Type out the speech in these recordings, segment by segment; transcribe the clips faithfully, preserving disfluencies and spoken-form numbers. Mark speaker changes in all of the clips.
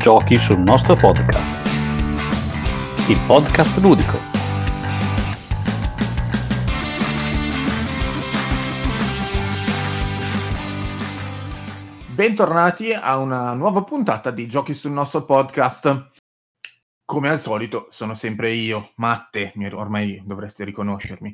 Speaker 1: Giochi sul nostro podcast, il podcast ludico.
Speaker 2: Bentornati a una nuova puntata di Giochi sul nostro podcast. Come al solito sono sempre io, Matte, ormai dovreste riconoscermi.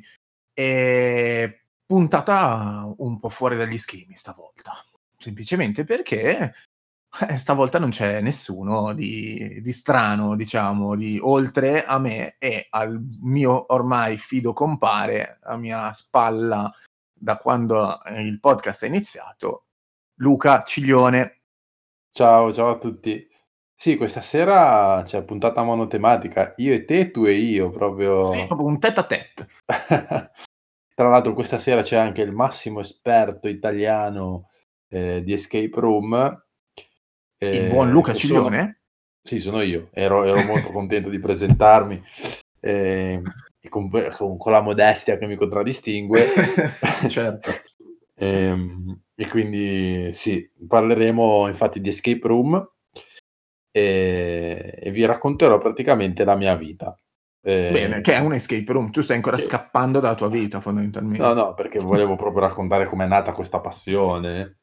Speaker 2: E puntata un po' fuori dagli schemi stavolta, semplicemente perché eh, stavolta non c'è nessuno di, di strano, diciamo, di oltre a me e al mio ormai fido compare, a mia spalla da quando eh, il podcast è iniziato, Luca Ciglione.
Speaker 3: Ciao, ciao a tutti. Sì, questa sera c'è puntata monotematica, io e te, tu e io,
Speaker 2: Sì,
Speaker 3: proprio.
Speaker 2: proprio un tête à tête.
Speaker 3: Tra l'altro questa sera c'è anche il massimo esperto italiano eh, di escape room.
Speaker 2: Il buon
Speaker 3: eh,
Speaker 2: Luca
Speaker 3: che sono...
Speaker 2: Ciglione.
Speaker 3: Sì, sono io, ero, ero molto contento di presentarmi eh, e con, con- con la modestia che mi contraddistingue.
Speaker 2: Certo.
Speaker 3: Ehm, E, quindi sì, parleremo infatti di escape room e, e vi racconterò praticamente la mia vita.
Speaker 2: Bene,
Speaker 3: Eh,
Speaker 2: che è un escape room. Tu stai ancora
Speaker 3: che-
Speaker 2: scappando dalla tua vita,
Speaker 3: No,
Speaker 2: fondamentalmente.
Speaker 3: no, perché volevo proprio raccontare com'è nata questa passione.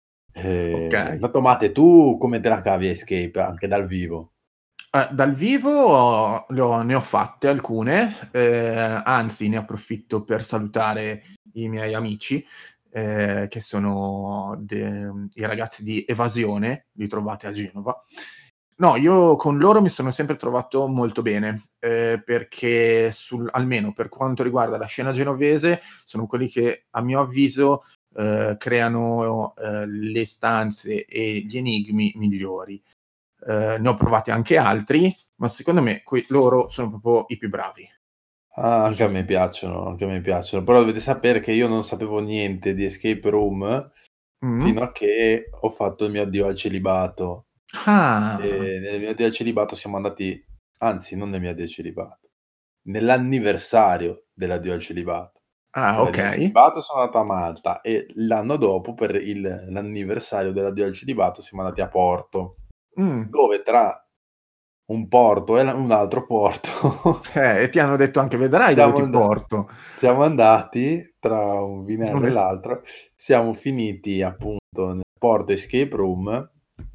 Speaker 3: Eh,
Speaker 2: Ok.
Speaker 3: ma Tomate, tu come te la cavi a escape anche dal vivo?
Speaker 2: Eh, dal vivo ho- le ho- ne ho fatte alcune, eh, anzi ne approfitto per salutare i miei amici, eh, che sono de- i ragazzi di Evasione, li trovate a Genova. No, io con loro mi sono sempre trovato molto bene, eh, perché sul- almeno per quanto riguarda la scena genovese, sono quelli che a mio avviso eh, creano eh, le stanze e gli enigmi migliori. Eh, ne ho provati anche altri, ma secondo me que- loro sono proprio i più bravi.
Speaker 3: Ah, anche a
Speaker 2: Giusto?
Speaker 3: me piacciono, anche a me piacciono, però dovete sapere che io non sapevo niente di escape room
Speaker 2: Mm.
Speaker 3: fino a che ho fatto il mio addio al celibato.
Speaker 2: Ah,
Speaker 3: E nel mio addio al celibato siamo andati, anzi non nel mio addio al celibato, nell'anniversario dell'addio al celibato.
Speaker 2: ah, ok.
Speaker 3: Nell'addio al celibato sono andato a Malta e l'anno dopo per il l'anniversario dell'addio al celibato siamo andati a Porto,
Speaker 2: Mm.
Speaker 3: dove tra un porto e la un altro porto
Speaker 2: Eh, e ti hanno detto anche, vedrai dove
Speaker 3: siamo
Speaker 2: ti
Speaker 3: and
Speaker 2: porto.
Speaker 3: siamo andati tra un
Speaker 2: Non
Speaker 3: vinello
Speaker 2: è
Speaker 3: e
Speaker 2: s-
Speaker 3: l'altro, siamo finiti appunto nel Porto Escape Room,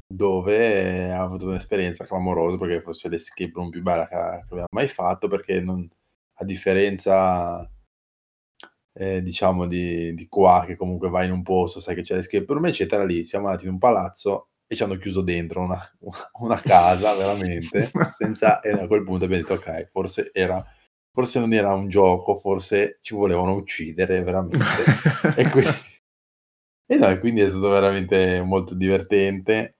Speaker 3: dove ho avuto un'esperienza clamorosa, perché forse l'escape room più bella che che abbiamo mai fatto, perché non, a differenza ehm, diciamo di di qua, che comunque vai in un posto, sai che c'è l'escape room eccetera, lì siamo andati in un palazzo e ci hanno chiuso dentro una una casa veramente, senza, e a quel punto abbiamo detto: "Okay, forse era forse non era un gioco, forse ci volevano uccidere veramente." E qui e no, e quindi è stato veramente molto divertente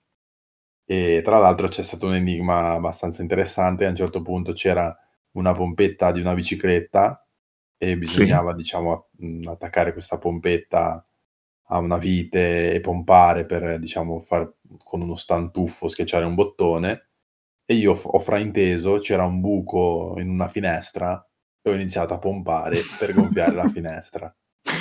Speaker 3: e tra l'altro c'è stato un enigma abbastanza interessante. A un certo punto c'era una pompetta di una bicicletta e
Speaker 2: Sì.
Speaker 3: bisognava diciamo, mhmm, attaccare questa pompetta a una vite e pompare per, diciamo, far con uno stantuffo schiacciare un bottone, e io f ho frainteso, c'era un buco in una finestra e ho iniziato a pompare per gonfiare la finestra.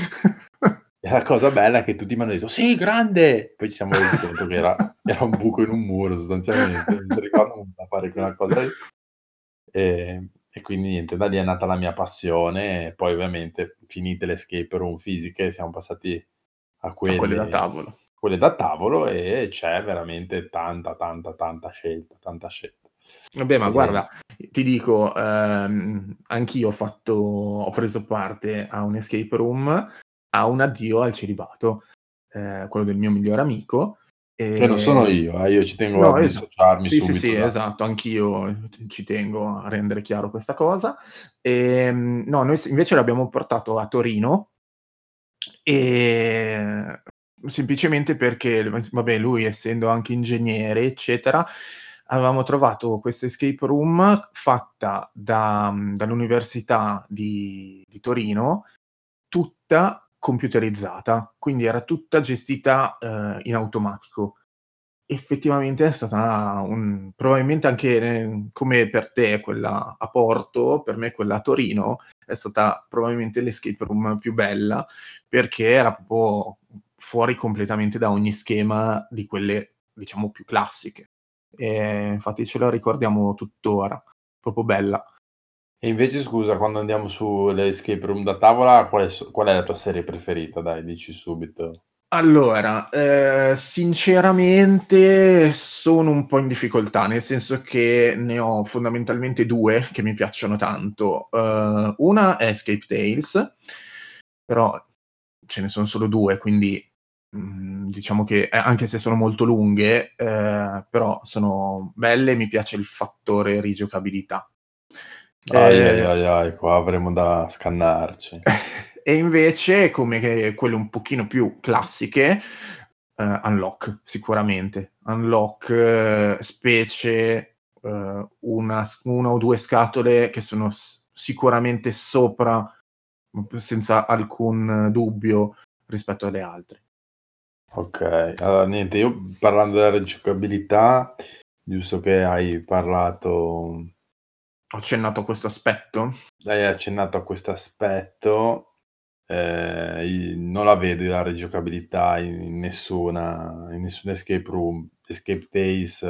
Speaker 3: E la cosa bella è che tutti m'hanno detto: "Sì, grande!" Poi ci siamo resi conto che era era un buco in un muro sostanzialmente, non serviva a nulla a fare quella cosa lì. Ehm, e quindi niente, da lì è nata la mia passione e poi ovviamente finite le escape room fisiche siamo passati a
Speaker 2: A quelli da
Speaker 3: quelle
Speaker 2: tavolo.
Speaker 3: quelle da tavolo e c'è veramente tanta, tanta, tanta scelta, tanta scelta.
Speaker 2: Vabbè, ma
Speaker 3: Ehm
Speaker 2: guarda, ti dico, ehm, anch'io ho fatto, ho preso parte a un escape room, a un addio al celibato, eh, quello del mio migliore amico.
Speaker 3: che non sono
Speaker 2: E...
Speaker 3: io, eh, io ci tengo a
Speaker 2: No, esa
Speaker 3: dissociarmi
Speaker 2: sì, sì,
Speaker 3: subito
Speaker 2: sì,
Speaker 3: da
Speaker 2: esatto, anch'io c ci tengo a rendere chiaro questa cosa. Ehm, no, noi s invece l'abbiamo portato a Torino, ehm, semplicemente perché l s vabbè, lui essendo anche ingegnere, eccetera, avevamo trovato questa escape room fatta da mhmm, dall'università di di Torino, tutta computerizzata, quindi era tutta gestita, ehm, in automatico. Effettivamente è stata un probabilmente anche, ehm, come per te quella a Porto, per me quella a Torino è stata probabilmente l'escape room più bella, perché era proprio fuori completamente da ogni schema di quelle, diciamo, più classiche. e infatti ce la ricordiamo tuttora, proprio bella.
Speaker 3: E invece scusa, quando andiamo sulle escape room da tavola, qual è s qual è la tua serie preferita? Dai, dici subito.
Speaker 2: Allora, ehm, sinceramente sono un po' in difficoltà, nel senso che ne ho fondamentalmente due che mi piacciono tanto. Uhm, una è Escape Tales, però ce ne son solo due, quindi, mhmm, diciamo che, eh, anche se sono molto lunghe, ehm, però sono belle e mi piace il fattore rigiocabilità.
Speaker 3: Ahi, ahi,
Speaker 2: Ehm
Speaker 3: ahi, ahi, qua avremo da scannarci.
Speaker 2: E invece come che quelle un pochino più classiche, ehm, Unlock sicuramente. Unlock, specie, uhm, una s una o due scatole che sono s sicuramente sopra, m p senza alcun dubbio, rispetto alle altre.
Speaker 3: Okay, allora niente, io parlando della rigiocabilità, giusto che hai parlato
Speaker 2: Ho accennato a questo aspetto?
Speaker 3: hai accennato a questo aspetto, ehm, i non la vedo io la rigiocabilità in in nessuna in nessuna escape room. Escape Days,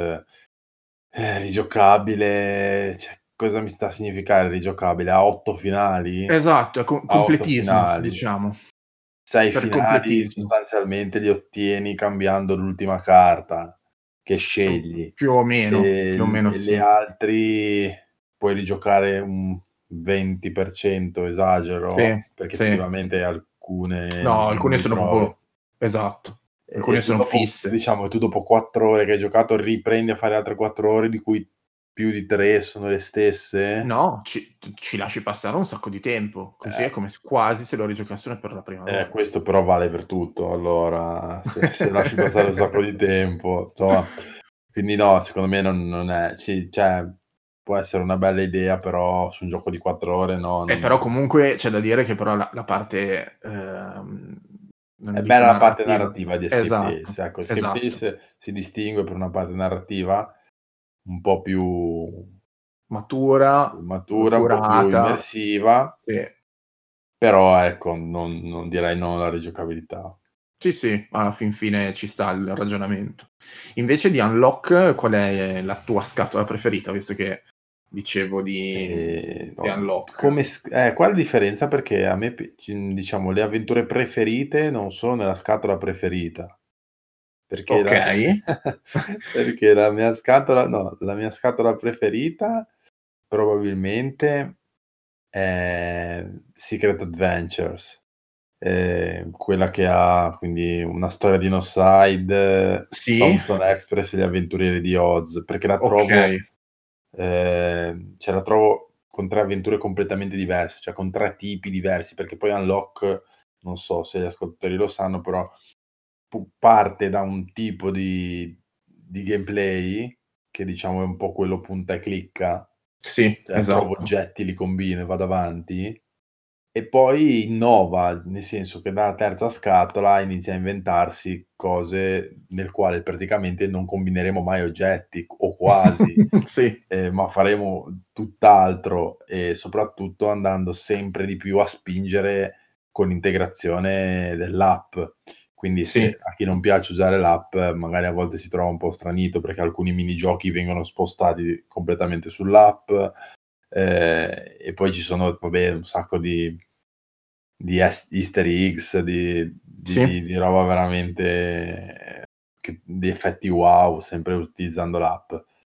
Speaker 3: eh, rigiocabile, cioè cosa mi sta a significare rigiocabile? Ha otto finali?
Speaker 2: Esatto, è co
Speaker 3: Ha otto
Speaker 2: completismo
Speaker 3: finali.
Speaker 2: diciamo.
Speaker 3: sei
Speaker 2: Per
Speaker 3: finali
Speaker 2: completismo.
Speaker 3: sostanzialmente li ottieni cambiando l'ultima carta che
Speaker 2: Più
Speaker 3: scegli,
Speaker 2: più o meno,
Speaker 3: e
Speaker 2: più o
Speaker 3: l
Speaker 2: meno
Speaker 3: e le
Speaker 2: sì.
Speaker 3: altri puoi rigiocare un venti per cento,
Speaker 2: Sì,
Speaker 3: esagero? Perché
Speaker 2: sì.
Speaker 3: effettivamente alcune
Speaker 2: No,
Speaker 3: non
Speaker 2: alcune
Speaker 3: li
Speaker 2: sono
Speaker 3: trovi.
Speaker 2: popo esatto,
Speaker 3: E e
Speaker 2: alcune
Speaker 3: tu
Speaker 2: sono
Speaker 3: dopo
Speaker 2: fisse.
Speaker 3: diciamo, tu dopo quattro ore che hai giocato riprendi a fare altre quattro ore, di cui più di tre sono le stesse?
Speaker 2: No, ci t ci lasci passare un sacco di tempo, così è
Speaker 3: Eh.
Speaker 2: come s quasi se lo rigiocassero per la prima
Speaker 3: Eh,
Speaker 2: volta.
Speaker 3: questo però vale per tutto allora, se se lasci passare un sacco di tempo, insomma, quindi no, secondo me non non è sì, ceh può essere una bella idea, però su un gioco di quattro ore no,
Speaker 2: Eh, però
Speaker 3: non
Speaker 2: comunque c'è da dire che però la la parte, ehm, non
Speaker 3: È
Speaker 2: dico
Speaker 3: bella la parte
Speaker 2: narrativa
Speaker 3: narrativa di Escape
Speaker 2: esatto,
Speaker 3: Days, ecco. Escape
Speaker 2: esatto.
Speaker 3: Days si distingue per una parte narrativa un po' più
Speaker 2: Matura, uhm,
Speaker 3: matura, un po' più
Speaker 2: curata.
Speaker 3: immersiva
Speaker 2: Sì.
Speaker 3: però ecco, non non direi no alla rigiocabilità.
Speaker 2: Sì, sì, alla fin fine ci sta il ragionamento. Invece di Unlock qual è la tua scatola preferita? Visto che dicevo di
Speaker 3: Ehm,
Speaker 2: mhmm, di
Speaker 3: no,
Speaker 2: Unlock.
Speaker 3: come sc eh, qua la differenza perché a me pi ci mhmm, diciamo le avventure preferite non sono nella scatola preferita. Perché la
Speaker 2: Okay.
Speaker 3: perché la mia scatola no, la mia scatola preferita probabilmente è Secret Adventures, ehm, quella che ha quindi Una storia di No Side,
Speaker 2: Sì.
Speaker 3: Thompson Express e Gli avventurieri di Oz, perché la trovo
Speaker 2: Okay.
Speaker 3: ehm, ceh la trovo con tre avventure completamente diverse, ceh con tre tipi diversi, perché poi Unlock, non so se gli ascoltatori lo sanno, però pu parte da un tipo di di gameplay che diciamo è un po' quello punta e clicca,
Speaker 2: Sì,
Speaker 3: ceh trovo
Speaker 2: esatto.
Speaker 3: oggetti, li combino e vado avanti, e poi innova, nel senso che dalla terza scatola inizia a inventarsi cose nel quale praticamente non combineremo mai oggetti o quasi,
Speaker 2: Sì.
Speaker 3: ehm, ma faremo tutt'altro e soprattutto andando sempre di più a spingere con l'integrazione dell'app. Quindi
Speaker 2: Sì.
Speaker 3: se a chi non piace usare l'app magari a volte si trova un po' stranito, perché alcuni minigiochi vengono spostati completamente sull'app, ehm, e poi ci sono vabbè un sacco di di es easter eggs, di di
Speaker 2: Sì.
Speaker 3: di di roba veramente che di effetti wow, sempre utilizzando l'app.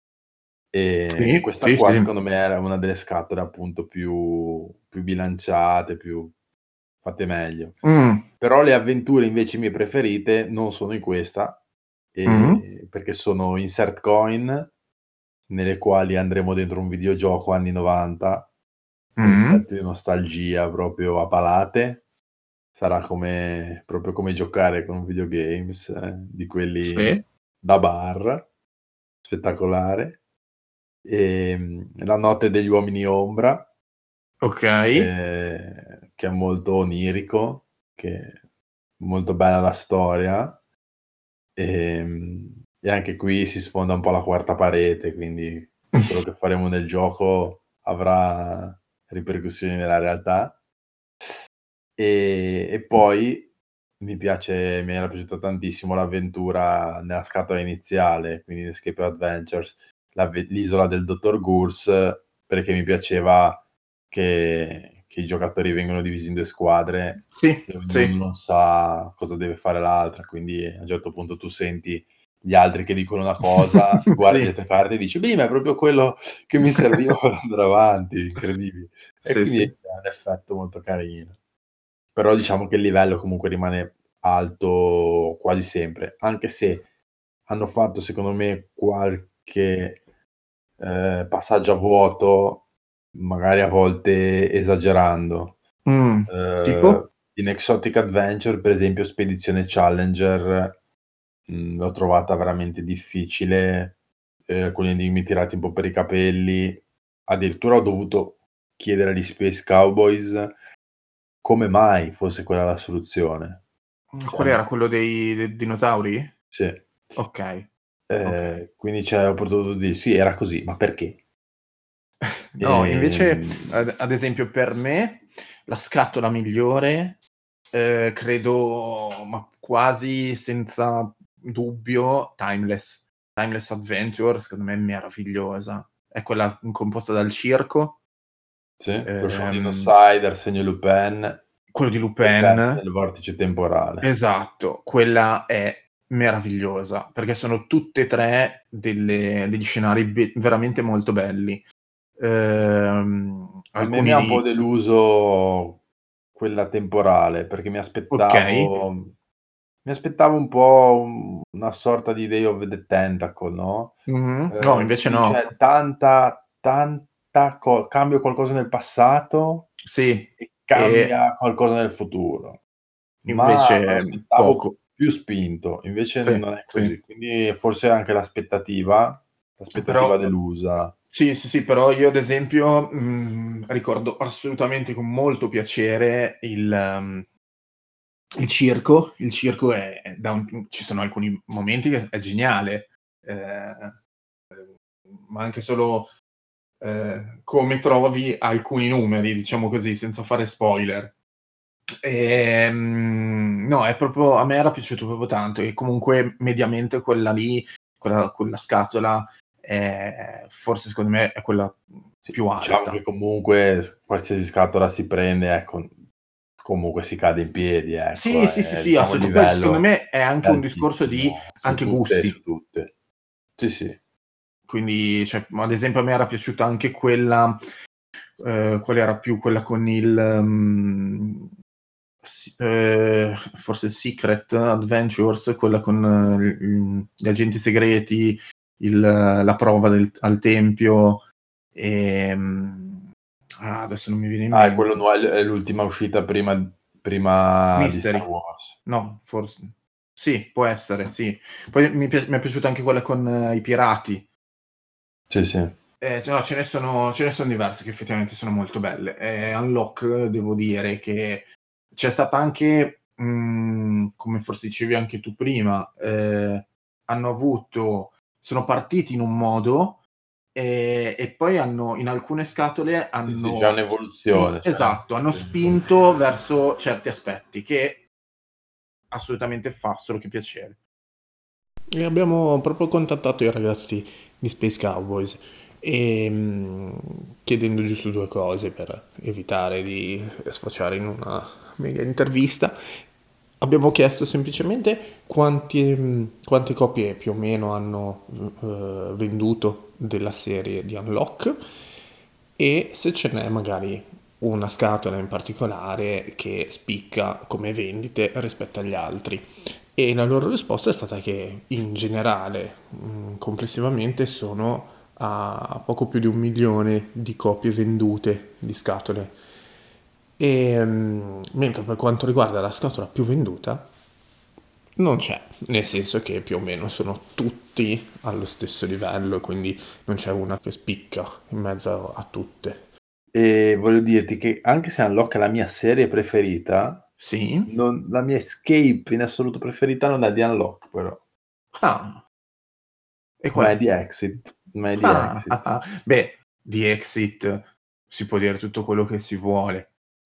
Speaker 3: Ehm, e
Speaker 2: Sì,
Speaker 3: questa
Speaker 2: sì,
Speaker 3: qua
Speaker 2: sì.
Speaker 3: secondo me era una delle scatole appunto più più bilanciate, più fatte meglio.
Speaker 2: Mh.
Speaker 3: Però le avventure invece mie preferite non sono in questa,
Speaker 2: Mh.
Speaker 3: ehm, perché sono Insert Coin, nelle quali andremo dentro un videogioco anni novanta, con
Speaker 2: Mh.
Speaker 3: effetti di nostalgia proprio a palate. Sarà come proprio come giocare con un videogames di quelli
Speaker 2: Sì.
Speaker 3: da bar, spettacolare. Ehm, La notte degli uomini ombra
Speaker 2: Okay.
Speaker 3: ehm, che è molto onirico, che molto bella la storia. Ehm, e anche qui si sfonda un po' la quarta parete, quindi quello che faremo nel gioco avrà ripercussioni nella realtà. Ehm, e poi mi piace, mi era piaciuta tantissimo l'avventura nella scatola iniziale, quindi Escape Adventures, l'ave- l'isola del dottor Goose, perché mi piaceva che, che i giocatori vengono divisi in due squadre
Speaker 2: Sì,
Speaker 3: e ognuno
Speaker 2: sì,
Speaker 3: non sa cosa deve fare l'altra, quindi a un certo punto tu senti gli altri che dicono una cosa, guardi le
Speaker 2: sì,
Speaker 3: tue carte e dici, beh, ma è proprio quello che mi serviva per andare avanti, incredibile. E
Speaker 2: sì,
Speaker 3: quindi è
Speaker 2: sì.
Speaker 3: un effetto molto carino. Però diciamo che il livello comunque rimane alto quasi sempre, anche se hanno fatto secondo me qualche, ehm, passaggio a vuoto, magari a volte esagerando.
Speaker 2: Mm,
Speaker 3: Uhm,
Speaker 2: tipo?
Speaker 3: in Exotic Adventure, per esempio, Spedizione Challenger, mhmm, l'ho trovata veramente difficile, ehm, con gli enigmi tirati un po' per i capelli. Addirittura ho dovuto chiedere agli Space Cowboys come mai fosse quella la soluzione.
Speaker 2: Qual
Speaker 3: Cioè
Speaker 2: era quello dei, dei dinosauri?
Speaker 3: sì,
Speaker 2: Ok, ok.
Speaker 3: ehm, quindi cioè ho potuto dir: "Sì, era così, ma perché?"
Speaker 2: No, invece,
Speaker 3: Ehm,
Speaker 2: ad, ad esempio, per me la scatola migliore, eh, credo, ma quasi senza dubbio, Timeless. Timeless Adventure, secondo me è meravigliosa. È quella composta dal circo,
Speaker 3: sì, con Shaun
Speaker 2: ehm,
Speaker 3: Inside, Arsène Lupin
Speaker 2: quello di
Speaker 3: e Percy
Speaker 2: Lupin.
Speaker 3: nel vortice temporale.
Speaker 2: Esatto, quella è meravigliosa, perché sono tutte e tre delle degli scenari ve veramente molto belli. Ehm,
Speaker 3: A me mi ha un po'
Speaker 2: alcuni
Speaker 3: deluso quella temporale, perché mi
Speaker 2: okay.
Speaker 3: aspettavo mi aspettavo un po' un una sorta di Day of the Tentacle, no,
Speaker 2: Mh-mh. No,
Speaker 3: ehm,
Speaker 2: invece
Speaker 3: quindi
Speaker 2: no.
Speaker 3: c'è tanta tanta co cambio qualcosa nel passato
Speaker 2: Sì,
Speaker 3: e
Speaker 2: e
Speaker 3: cambia qualcosa nel futuro. Ma me
Speaker 2: invece
Speaker 3: l'aspettavo
Speaker 2: poco.
Speaker 3: più spinto, invece
Speaker 2: Sì,
Speaker 3: non è
Speaker 2: sì.
Speaker 3: così. Quindi forse anche l'aspettativa l'aspettativa
Speaker 2: Però
Speaker 3: delusa.
Speaker 2: sì, sì, sì, però io ad esempio, mhmm, ricordo assolutamente con molto piacere il mhmm Il circo, il circo è è da un ci sono alcuni momenti che è geniale, ehm, ma anche solo, ehm, come trovi alcuni numeri, diciamo così, senza fare spoiler. Ehm, no, è proprio a me era piaciuto proprio tanto e comunque mediamente quella lì, quella quella scatola, è forse secondo me è quella, mhmm,
Speaker 3: Sì,
Speaker 2: più
Speaker 3: diciamo che
Speaker 2: alta.
Speaker 3: comunque s qualsiasi scatola si prende, ecco, comunque si cade in piedi, ecco,
Speaker 2: Sì, sì, sì,
Speaker 3: ehm,
Speaker 2: sì,
Speaker 3: diciamo il
Speaker 2: assoluta poi secondo
Speaker 3: livello
Speaker 2: me è
Speaker 3: è
Speaker 2: anche un discorso di
Speaker 3: altissimo su
Speaker 2: anche
Speaker 3: tutte e
Speaker 2: gusti.
Speaker 3: su tutte. Sì, sì.
Speaker 2: Quindi, cioè, ma ad esempio a me era piaciuta anche quella, ehm, qual era più quella con il, mhmm, s ehm, forse Secret Adventures, quella con, il mhmm, gli agenti segreti, il la prova del al tempio, ehm, ah, adesso non mi viene in
Speaker 3: Ah, è quello
Speaker 2: mente.
Speaker 3: nuo è l è l'ultima uscita prima prima di Star
Speaker 2: Mystery.
Speaker 3: Wars.
Speaker 2: No, forse sì, può essere, sì. Poi mi pia mi è piaciuta anche quella con eh, i pirati.
Speaker 3: Sì, sì.
Speaker 2: Eh, cioè no, ce ne sono ce ne son diverse che effettivamente sono molto belle. Ehm, Unlock devo dire che c'è stata anche, mhmm, come forse dicevi anche tu prima, ehm, hanno avuto sono partiti in un modo, ehm, e poi hanno in alcune scatole
Speaker 3: Sì, sì, c'è
Speaker 2: hanno spi
Speaker 3: un'evoluzione, cioè
Speaker 2: esatto, hanno
Speaker 3: sì.
Speaker 2: spinto verso certi aspetti, che assolutamente fa solo che piacere.
Speaker 4: E abbiamo proprio contattato i ragazzi di Space Cowboys e mm, chiedendo giusto due cose per evitare di sfociare in una mega intervista. Abbiamo chiesto semplicemente quanti, mm, quante copie più o meno hanno eh, venduto della serie di Unlock e se ce n'è magari una scatola in particolare che spicca come vendite rispetto agli altri. E la loro risposta è stata che in generale, mh, complessivamente, sono a poco più di un milione di copie vendute di scatole. E, mh, mentre per quanto riguarda la scatola più venduta, non c'è, nel senso che più o meno sono tutti allo stesso livello, quindi non c'è una che spicca in mezzo a tutte.
Speaker 3: E voglio dirti che anche se Unlock è la mia serie preferita,
Speaker 2: Sì?
Speaker 3: non la mia escape in assoluto preferita non è di Unlock però,
Speaker 2: Ah, e qual
Speaker 3: ma è
Speaker 2: è?
Speaker 3: di Exit, ma è di
Speaker 2: Ah, ah,
Speaker 3: Exit.
Speaker 2: ah. Beh, di Exit si può dire tutto quello che si vuole.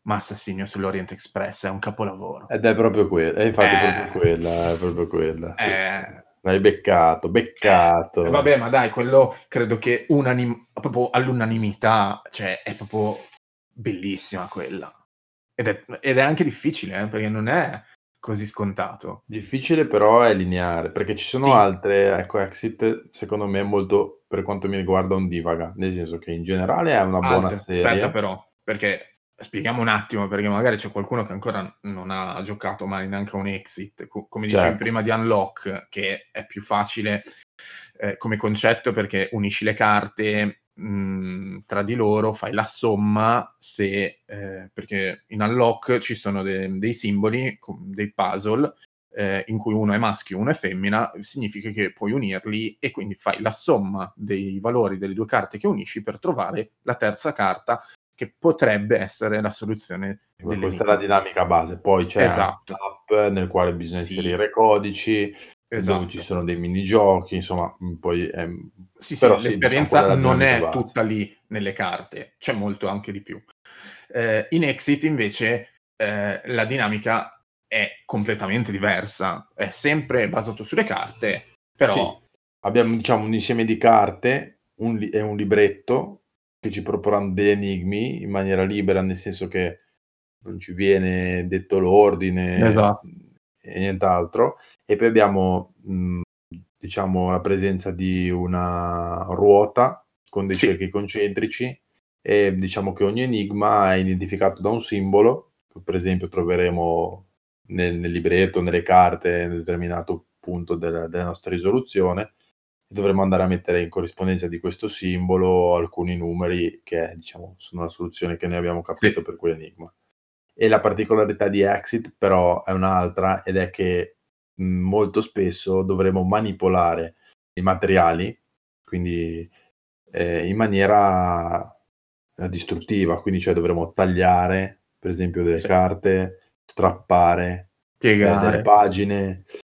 Speaker 2: ma Assassinio sull'Orient Express è un capolavoro.
Speaker 3: Ed è proprio quella, e infatti è proprio
Speaker 2: Eh.
Speaker 3: quella, è proprio quella, sì.
Speaker 2: Eh.
Speaker 3: L'hai beccato,
Speaker 2: Eh,
Speaker 3: beccato.
Speaker 2: vabbè, ma dai, quello credo che unanim- proprio all'unanimità, cioè è proprio bellissima quella. Ed è, ed è anche difficile, eh, perché non è così scontato.
Speaker 3: Difficile però è lineare, perché ci sono
Speaker 2: Sì.
Speaker 3: altre, ecco, Exit secondo me molto, per quanto mi riguarda, ondivaga, nel senso che in generale è una buona
Speaker 2: Alt, aspetta
Speaker 3: serie.
Speaker 2: però, perché spieghiamo un attimo, perché magari c'è qualcuno che ancora non ha giocato mai neanche a un Exit, Co- come dicevi
Speaker 3: Certo.
Speaker 2: prima di Unlock, che è più facile eh, come concetto perché unisci le carte mh, tra di loro, fai la somma, se, eh, perché in Unlock ci sono de- dei simboli, com- dei puzzle, eh, in cui uno è maschio e uno è femmina, significa che puoi unirli e quindi fai la somma dei valori delle due carte che unisci per trovare la terza carta che potrebbe essere la soluzione
Speaker 3: Ma questa è la
Speaker 2: dell'enigma.
Speaker 3: dinamica base, poi c'è
Speaker 2: Esatto.
Speaker 3: un'app nel quale bisogna
Speaker 2: Sì.
Speaker 3: inserire codici,
Speaker 2: Esatto.
Speaker 3: dove ci sono dei minigiochi, insomma, poi è...
Speaker 2: Sì,
Speaker 3: però
Speaker 2: sì,
Speaker 3: sì,
Speaker 2: l'esperienza
Speaker 3: diciamo, quella è la
Speaker 2: non
Speaker 3: dinamica
Speaker 2: è
Speaker 3: base.
Speaker 2: tutta lì nelle carte, c'è molto anche di più. Eh, in Exit invece eh, la dinamica è completamente diversa, è sempre basato sulle carte, però...
Speaker 3: Sì, abbiamo diciamo un insieme di carte un li- e un libretto che ci proporranno degli enigmi in maniera libera, nel senso che non ci viene detto l'ordine
Speaker 2: Esatto.
Speaker 3: e nient'altro. E poi abbiamo mh, diciamo la presenza di una ruota con dei
Speaker 2: Sì.
Speaker 3: cerchi concentrici e diciamo che ogni enigma è identificato da un simbolo, che per esempio troveremo nel, nel libretto, nelle carte, nel determinato punto del- della nostra risoluzione. Dovremmo andare a mettere in corrispondenza di questo simbolo alcuni numeri che, diciamo, sono la soluzione che noi abbiamo capito
Speaker 2: Sì.
Speaker 3: per quell'enigma. E la particolarità di Exit però è un'altra, ed è che mh, molto spesso dovremo manipolare i materiali, quindi eh, in maniera eh, distruttiva, quindi cioè dovremo tagliare, per esempio, delle
Speaker 2: Sì.
Speaker 3: carte, strappare eh, delle
Speaker 2: Spiegare.
Speaker 3: pagine,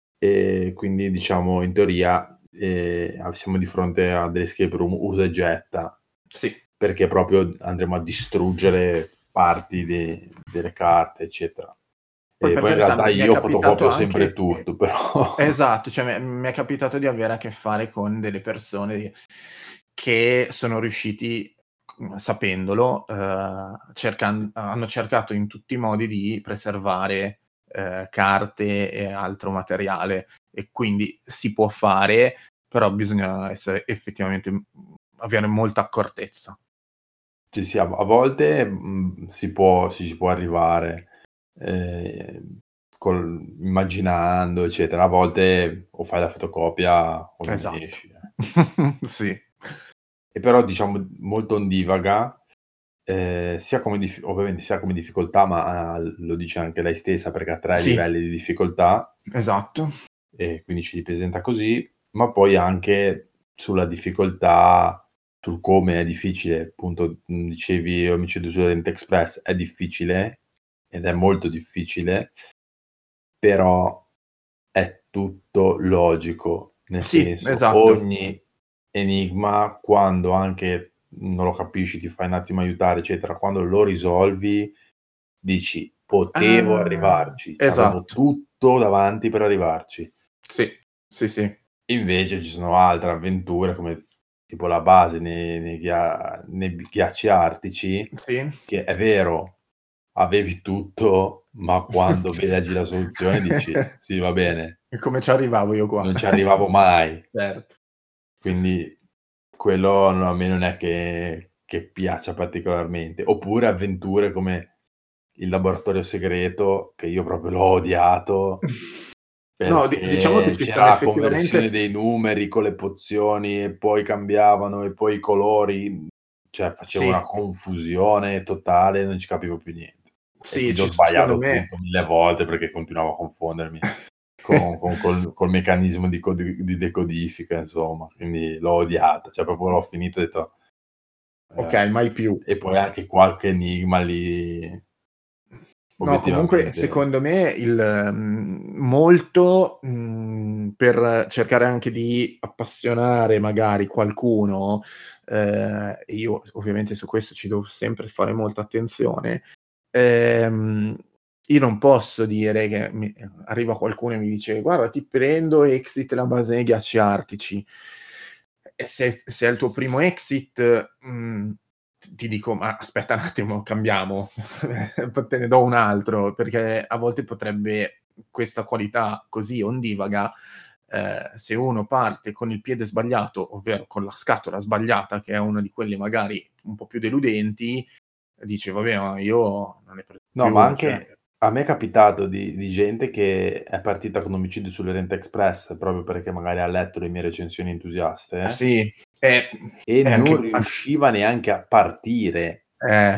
Speaker 3: e quindi diciamo in teoria eh, siamo di fronte a delle escape room usa e getta,
Speaker 2: Sì.
Speaker 3: perché proprio andremo a distruggere parti de- delle carte, eccetera.
Speaker 2: Poi
Speaker 3: E
Speaker 2: per
Speaker 3: poi in
Speaker 2: carità,
Speaker 3: realtà
Speaker 2: mi è
Speaker 3: io
Speaker 2: capitato
Speaker 3: fotocopio sempre
Speaker 2: anche...
Speaker 3: tutto, però...
Speaker 2: Esatto, cioè mi mi è capitato di avere a che fare con delle persone che sono riusciti, mhmm, sapendolo, uhm, cercan hanno cercato in tutti i modi di preservare, ehm, carte e altro materiale e quindi si può fare, però bisogna essere effettivamente mhmm, avere molta accortezza.
Speaker 3: Sì, sì, a a volte, mhmm, si può ci si può arrivare, ehm, col immaginando, eccetera. A volte o fai la fotocopia o non ne
Speaker 2: Esatto.
Speaker 3: esci, eh.
Speaker 2: Sì.
Speaker 3: E però diciamo molto ondivaga, ehm, sia come dif ovviamente sia come difficoltà, ma, uhm, lo dice anche lei stessa perché ha tre
Speaker 2: Sì,
Speaker 3: livelli di difficoltà,
Speaker 2: esatto.
Speaker 3: e quindi ci ripresenta così, ma poi anche sulla difficoltà, sul come è difficile, appunto, mhmm, dicevi Omicidio sull'Orient Express è difficile, ed è molto difficile, però è tutto logico, nel
Speaker 2: Sì,
Speaker 3: senso,
Speaker 2: esatto.
Speaker 3: ogni enigma quando anche non lo capisci, ti fai un attimo aiutare, eccetera, quando lo risolvi dici: "Potevo
Speaker 2: Ah,
Speaker 3: arrivarci, avevo
Speaker 2: esatto.
Speaker 3: tutto davanti per arrivarci".
Speaker 2: Sì, sì, sì.
Speaker 3: Invece ci sono altre avventure come tipo la base nei nei ghia nei ghiacci artici,
Speaker 2: Sì.
Speaker 3: che è vero, avevi tutto, ma quando leggi la soluzione dici: "Sì, va bene,
Speaker 2: E come ci arrivavo io qua?
Speaker 3: non ci arrivavo mai".
Speaker 2: Certo.
Speaker 3: Quindi quello no, a me non è che che piaccia particolarmente. Oppure avventure come il laboratorio segreto, che io proprio l'ho odiato,
Speaker 2: No, di diciamo che
Speaker 3: perché
Speaker 2: ci stanno
Speaker 3: c'era la conversione
Speaker 2: effettivamente
Speaker 3: dei numeri con le pozioni e poi cambiavano e poi i colori, cioè faceva una
Speaker 2: sì,
Speaker 3: confusione totale, non ci capivo più niente. E
Speaker 2: sì,
Speaker 3: quindi ho
Speaker 2: ci secondo
Speaker 3: sbagliato
Speaker 2: me
Speaker 3: tutto mille volte perché continuavo a confondermi con con col col meccanismo di codi di decodifica, insomma, quindi l'ho odiata, cioè proprio l'ho finita e ho detto ehm,
Speaker 2: okay, mai più.
Speaker 3: e poi anche qualche enigma lì
Speaker 2: No, comunque
Speaker 3: obiettivamente
Speaker 2: secondo me il mhmm, molto, mhmm, per cercare anche di appassionare magari qualcuno, ehm, e io ovviamente su questo ci devo sempre fare molta attenzione, ehm, io non posso dire che mi arriva qualcuno e mi dice: "Guarda, ti prendo Exit la base dei ghiacci artici". E se se è il tuo primo Exit, mhmm, t ti dico: "Ma aspetta un attimo, cambiamo, poi te ne do un altro", perché a volte potrebbe questa qualità così ondivaga, ehm, se uno parte con il piede sbagliato, ovvero con la scatola sbagliata, che è una di quelle magari un po' più deludenti, dice: "Vabbè, ma io non ne prendo
Speaker 3: No, ma
Speaker 2: più", cioè
Speaker 3: anche a me è capitato di di gente che è partita con Omicidio sulle Rent Express, proprio perché magari ha letto le mie recensioni entusiaste
Speaker 2: sì, e
Speaker 3: e
Speaker 2: e
Speaker 3: non
Speaker 2: anche anche
Speaker 3: riusciva neanche a partire,
Speaker 2: eh,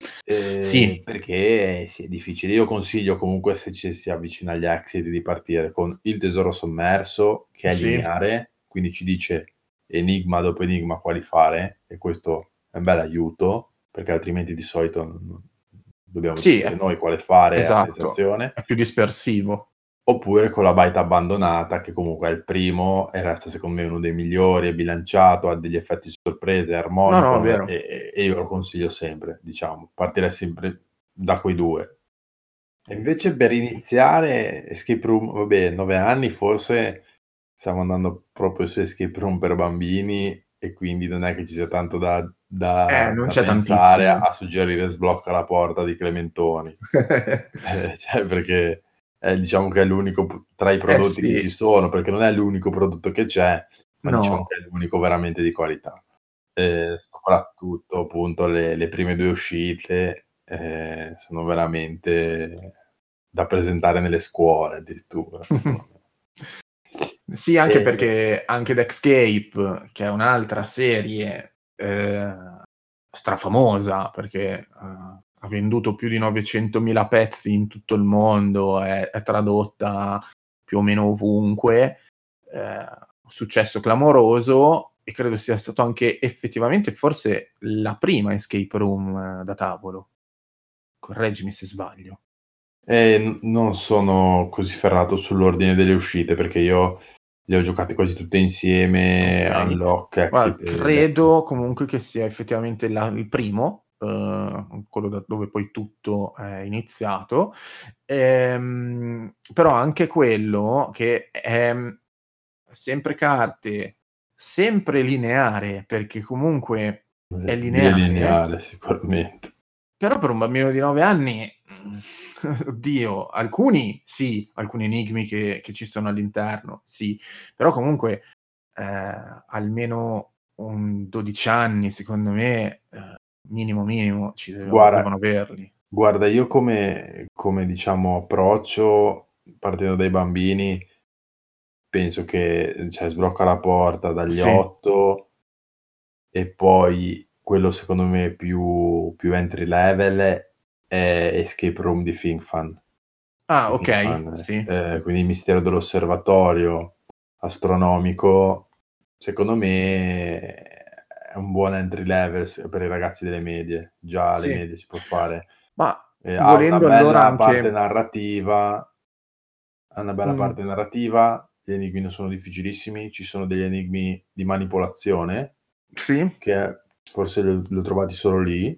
Speaker 3: ehm,
Speaker 2: sì,
Speaker 3: perché sì, è difficile. Io consiglio comunque, se ci si avvicina agli Exit, di partire con Il tesoro sommerso, che è
Speaker 2: sì,
Speaker 3: lineare, quindi ci dice enigma dopo enigma quali fare, e questo è un bell'aiuto, perché altrimenti di solito non non dobbiamo
Speaker 2: sì,
Speaker 3: decidere
Speaker 2: è
Speaker 3: noi quale fare a
Speaker 2: esatto,
Speaker 3: sensazione.
Speaker 2: è più dispersivo.
Speaker 3: Oppure con La baita abbandonata, che comunque è il primo e resta secondo me uno dei migliori, è bilanciato, ha degli effetti sorpresa, è
Speaker 2: No, no, è
Speaker 3: armonico,
Speaker 2: vero.
Speaker 3: e e e io lo consiglio sempre, diciamo. Partirei sempre da quei due. E invece per iniziare Escape Room, vabbè, nove anni forse stiamo andando proprio su Escape Room per bambini, e quindi non è che ci sia tanto da
Speaker 2: Eh,
Speaker 3: da
Speaker 2: non
Speaker 3: da
Speaker 2: c'è
Speaker 3: pensare a
Speaker 2: tantissimo.
Speaker 3: a suggerire Sblocca la porta di Clementoni. Eh, cioè perché, ehm, diciamo che è l'unico p tra i
Speaker 2: Eh
Speaker 3: prodotti che
Speaker 2: sì,
Speaker 3: ci sono, perché non è l'unico prodotto che c'è, ma diciamo
Speaker 2: no.
Speaker 3: che è l'unico veramente di qualità. Ehm, soprattutto appunto le le prime due uscite, ehm, sono veramente da presentare nelle scuole addirittura, secondo me.
Speaker 2: Sì, anche
Speaker 3: Ehm
Speaker 2: perché anche Escape, che è un'altra serie, ehm, strafamosa perché, uhm, ha venduto più di novecentomila pezzi in tutto il mondo, è è tradotta più o meno ovunque, ehm, successo clamoroso, e credo sia stato anche effettivamente forse la prima escape room eh, da tavolo. Correggimi se sbaglio.
Speaker 3: Ehm, n non sono così ferrato sull'ordine delle uscite, perché io le ho giocate quasi tutte insieme,
Speaker 2: Okay.
Speaker 3: Unlock,
Speaker 2: Guarda,
Speaker 3: Exit ed Exit.
Speaker 2: credo comunque che sia effettivamente la il primo, uhm, quello da dove poi tutto è iniziato. Ehm, però anche quello che è, mhmm, sempre carte, sempre lineare, perché comunque è
Speaker 3: Ehm,
Speaker 2: lineare,
Speaker 3: bilineare sicuramente.
Speaker 2: però per un bambino di nove anni, mhmm, oddio, alcuni sì, alcuni enigmi che che ci sono all'interno, sì, però comunque, ehm, almeno un dodici anni secondo me, ehm, minimo, minimo ci devo
Speaker 3: Guarda
Speaker 2: devono averli.
Speaker 3: guarda io come come diciamo approccio, partendo dai bambini, penso che, cioè, Sblocca la porta dagli
Speaker 2: Sì.
Speaker 3: otto, e poi quello secondo me più più entry level è Escape Room di Think Fan.
Speaker 2: Ah,
Speaker 3: Di Think
Speaker 2: okay,
Speaker 3: Fan,
Speaker 2: sì,
Speaker 3: ehm, quindi il mistero dell'osservatorio astronomico, secondo me è un buon entry level s per i ragazzi delle medie. Già alle
Speaker 2: sì.
Speaker 3: medie si può fare.
Speaker 2: Ma
Speaker 3: Ehm, ha una
Speaker 2: volendo allora
Speaker 3: bella parte
Speaker 2: anche
Speaker 3: narrativa ha una bella
Speaker 2: mh,
Speaker 3: parte narrativa, gli enigmi non sono difficilissimi, ci sono degli enigmi di manipolazione,
Speaker 2: sì.
Speaker 3: che forse li ho li ho trovati solo lì,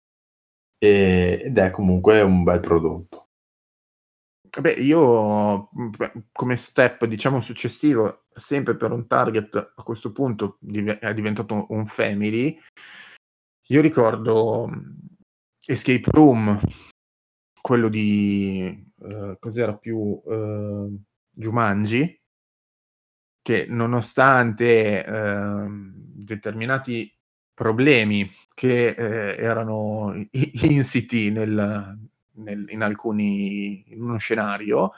Speaker 3: ehm, ed è comunque un bel prodotto.
Speaker 2: Beh, io, mhmm, beh, come step diciamo successivo, sempre per un target a questo punto dive è diventato un family, io ricordo, mhmm, Escape Room, quello di, uhm, cos'era più, uhm, Jumanji, che nonostante, uhm, determinati problemi che, ehm, erano i insiti nel nel in alcuni in uno scenario,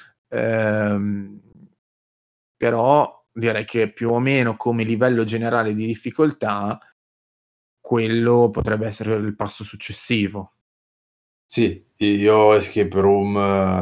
Speaker 2: ehm, però direi che più o meno come livello generale di difficoltà, quello potrebbe essere il passo successivo.
Speaker 3: Sì, io Escape Room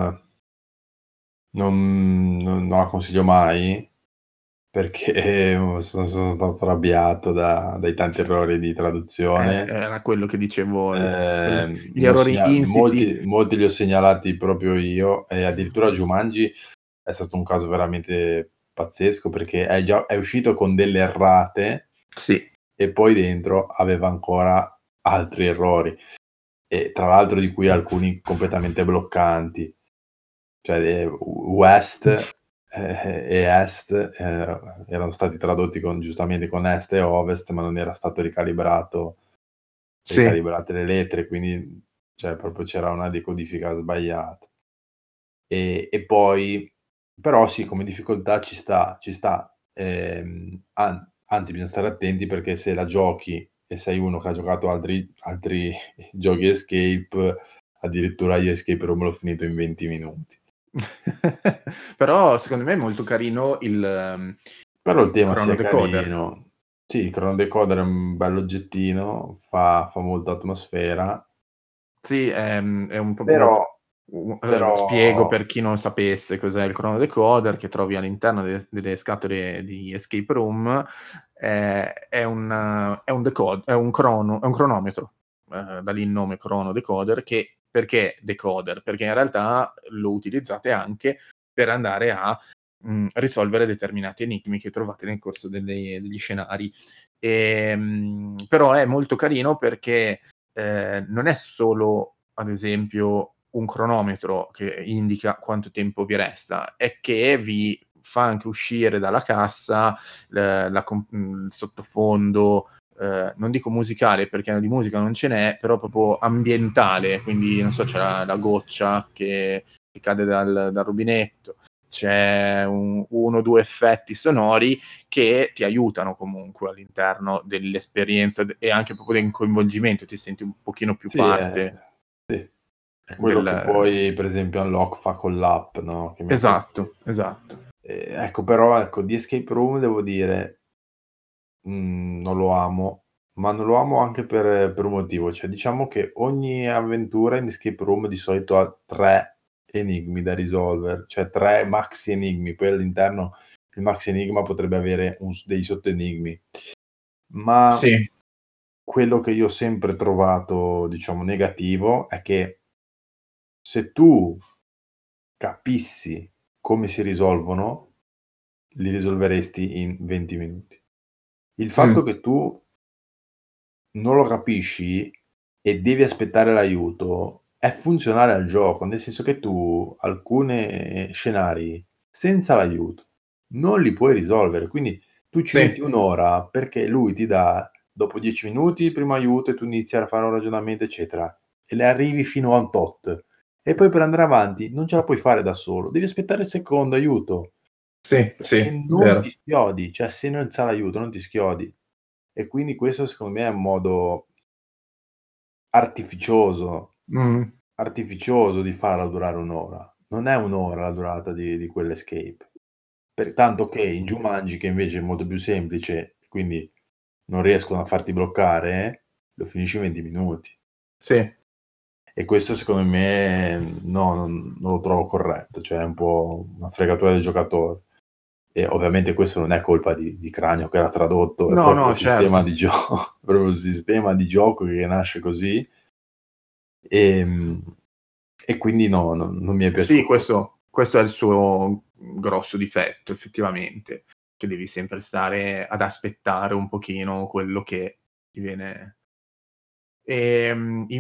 Speaker 3: non non non la consiglio mai, perché sono sono stato arrabbiato da dai tanti errori di
Speaker 2: Eh,
Speaker 3: traduzione.
Speaker 2: era quello che dicevo, il quel
Speaker 3: Ehm,
Speaker 2: gli
Speaker 3: ne ho
Speaker 2: errori
Speaker 3: segna
Speaker 2: insiti.
Speaker 3: molti molti li ho segnalati proprio io, e addirittura Jumanji è stato un caso veramente pazzesco, perché è già è uscito con delle errate
Speaker 2: Sì,
Speaker 3: e poi dentro aveva ancora altri errori. e tra l'altro di cui alcuni completamente bloccanti, cioè eh, West eh, e Est eh, erano stati tradotti con, giustamente con Est e Ovest, ma non era stato ricalibrato,
Speaker 2: Sì.
Speaker 3: ricalibrate le lettere, quindi cioè, proprio c'era una decodifica sbagliata. E, e poi, però sì, come difficoltà ci sta, ci sta. Ehm, an- anzi, bisogna stare attenti perché se la giochi e sei uno che ha giocato altri, altri giochi escape, addirittura io escape room l'ho finito in venti minuti.
Speaker 2: Però secondo me è molto carino il um,
Speaker 3: Però il tema
Speaker 2: Chrono
Speaker 3: sia
Speaker 2: Decoder.
Speaker 3: carino. Sì, il Chrono Decoder è un bell'oggettino, fa, fa molta atmosfera.
Speaker 2: Sì, è, è un proprio...
Speaker 3: Però,
Speaker 2: Uh,
Speaker 3: però...
Speaker 2: spiego per chi non sapesse cos'è il Chrono Decoder, che trovi all'interno de- delle scatole di Escape Room. Eh, è, un, è, un decod- è, un crono- è un cronometro, eh, da lì il nome Chrono Decoder. Che, perché decoder? Perché in realtà lo utilizzate anche per andare a mh, risolvere determinati enigmi che trovate nel corso delle, degli scenari. E, mh, però è molto carino perché eh, non è solo, ad esempio, un cronometro che indica quanto tempo vi resta, è che vi fa anche uscire dalla cassa la, la, il sottofondo, eh, non dico musicale perché di musica non ce n'è, però proprio ambientale, quindi non so, c'è la, la goccia che, che cade dal, dal rubinetto, c'è un, uno o due effetti sonori che ti aiutano comunque all'interno dell'esperienza e anche proprio del coinvolgimento, ti senti un pochino più
Speaker 3: Sì,
Speaker 2: parte.
Speaker 3: è, sì. È quello
Speaker 2: del...
Speaker 3: che poi, per esempio, Unlock fa con l'app, no? Che
Speaker 2: esatto, esatto.
Speaker 3: Eh, ecco, però, ecco, di Escape Room devo dire, mh, non lo amo, ma non lo amo anche per, per un motivo. Cioè, diciamo che ogni avventura in Escape Room di solito ha tre enigmi da risolvere, cioè tre maxi enigmi. Poi all'interno il maxi enigma potrebbe avere un, dei sottoenigmi. Ma
Speaker 2: sì.
Speaker 3: quello che io ho sempre trovato, diciamo, negativo è che se tu capissi come si risolvono, li risolveresti in venti minuti. Il fatto
Speaker 2: Mm.
Speaker 3: che tu non lo capisci e devi aspettare l'aiuto è funzionale al gioco, nel senso che tu alcuni scenari senza l'aiuto non li puoi risolvere, quindi tu ci
Speaker 2: Sì.
Speaker 3: metti un'ora perché lui ti dà dopo dieci minuti il primo aiuto e tu inizi a fare un ragionamento eccetera e le arrivi fino a un tot e poi per andare avanti non ce la puoi fare da solo, devi aspettare il secondo aiuto
Speaker 2: Sì, sì,
Speaker 3: e non
Speaker 2: vero.
Speaker 3: ti schiodi, cioè se non sa l'aiuto non ti schiodi. E quindi questo secondo me è un modo artificioso,
Speaker 2: Mm.
Speaker 3: artificioso di farla durare un'ora. Non è un'ora la durata di, di quell'escape. Pertanto che in Jumanji, che invece è molto più semplice, quindi non riescono a farti bloccare, lo finisci in venti minuti.
Speaker 2: Sì.
Speaker 3: E questo secondo me no, non, non lo trovo corretto, cioè è un po' una fregatura del giocatore. E ovviamente questo non è colpa di, di Cranio che era tradotto, è
Speaker 2: No,
Speaker 3: proprio
Speaker 2: no,
Speaker 3: il sistema
Speaker 2: certo.
Speaker 3: di gioco, proprio il sistema di gioco che nasce così. E, e quindi no, no, non mi è
Speaker 2: Sì,
Speaker 3: piaciuto.
Speaker 2: questo, questo è il suo grosso difetto, effettivamente, che devi sempre stare ad aspettare un pochino quello che ti viene. E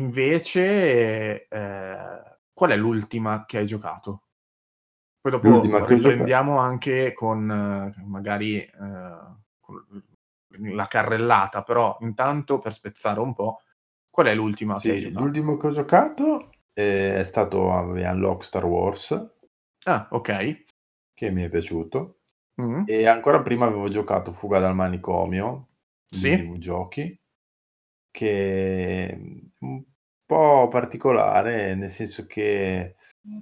Speaker 2: invece, eh, qual è l'ultima che hai giocato? Poi dopo
Speaker 3: L'ultima che ho giocato,
Speaker 2: riprendiamo anche con eh, magari eh, con la carrellata, però intanto per spezzare un po', qual è l'ultima che hai
Speaker 3: sì,
Speaker 2: giocato?
Speaker 3: l'ultimo che ho giocato eh, è stato eh, Unlock Star Wars,
Speaker 2: Ah, ok.
Speaker 3: che mi è piaciuto.
Speaker 2: Mm.
Speaker 3: E ancora prima avevo giocato Fuga dal manicomio di
Speaker 2: Sì,
Speaker 3: Videogiochi, che è un po' particolare, nel senso che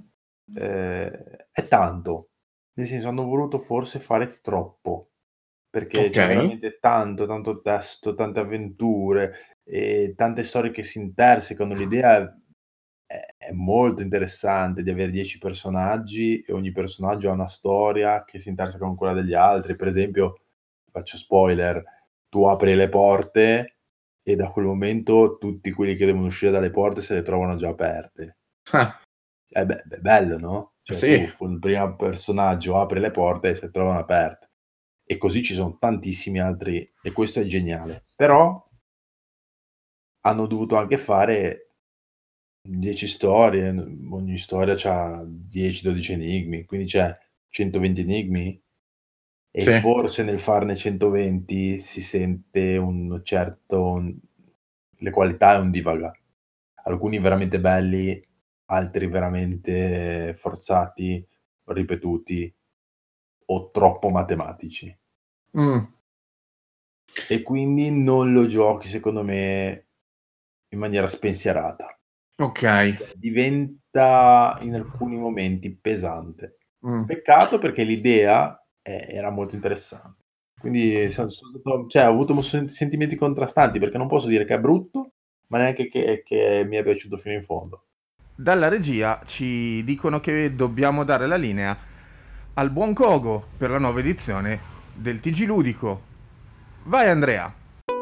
Speaker 3: eh, è tanto, nel senso hanno voluto forse fare troppo, perché
Speaker 2: ok.
Speaker 3: c'è veramente tanto, tanto testo, tante avventure e tante storie che si intersecano. L'idea è, è molto interessante di avere dieci personaggi e ogni personaggio ha una storia che si interseca con quella degli altri. Per esempio, faccio spoiler, tu apri le porte e da quel momento tutti quelli che devono uscire dalle porte se le trovano già aperte.
Speaker 2: Ah,
Speaker 3: Eh beh, beh, bello, no? Cioè
Speaker 2: sì,
Speaker 3: tu con il primo personaggio apri le porte e si trovano aperte. E così ci sono tantissimi altri, e questo è geniale. Però hanno dovuto anche fare dieci storie, ogni storia ha dieci dodici enigmi, quindi c'è centoventi enigmi e
Speaker 2: Sì.
Speaker 3: forse nel farne centoventi si sente un certo le qualità è un divaga. Alcuni veramente belli, altri veramente forzati, ripetuti o troppo matematici.
Speaker 2: Mh.
Speaker 3: E quindi non lo giochi, secondo me, in maniera spensierata.
Speaker 2: Okay.
Speaker 3: Diventa in alcuni momenti pesante.
Speaker 2: Mh.
Speaker 3: Peccato perché l'idea e era molto interessante. Quindi son son stato cioè ho avuto mo sen sentimenti contrastanti, perché non posso dire che è brutto, ma neanche che che mi è piaciuto fino in fondo.
Speaker 2: Dalla regia ci dicono che dobbiamo dare la linea al buon Kogo per la nuova edizione del T G Ludico. Vai Andrea.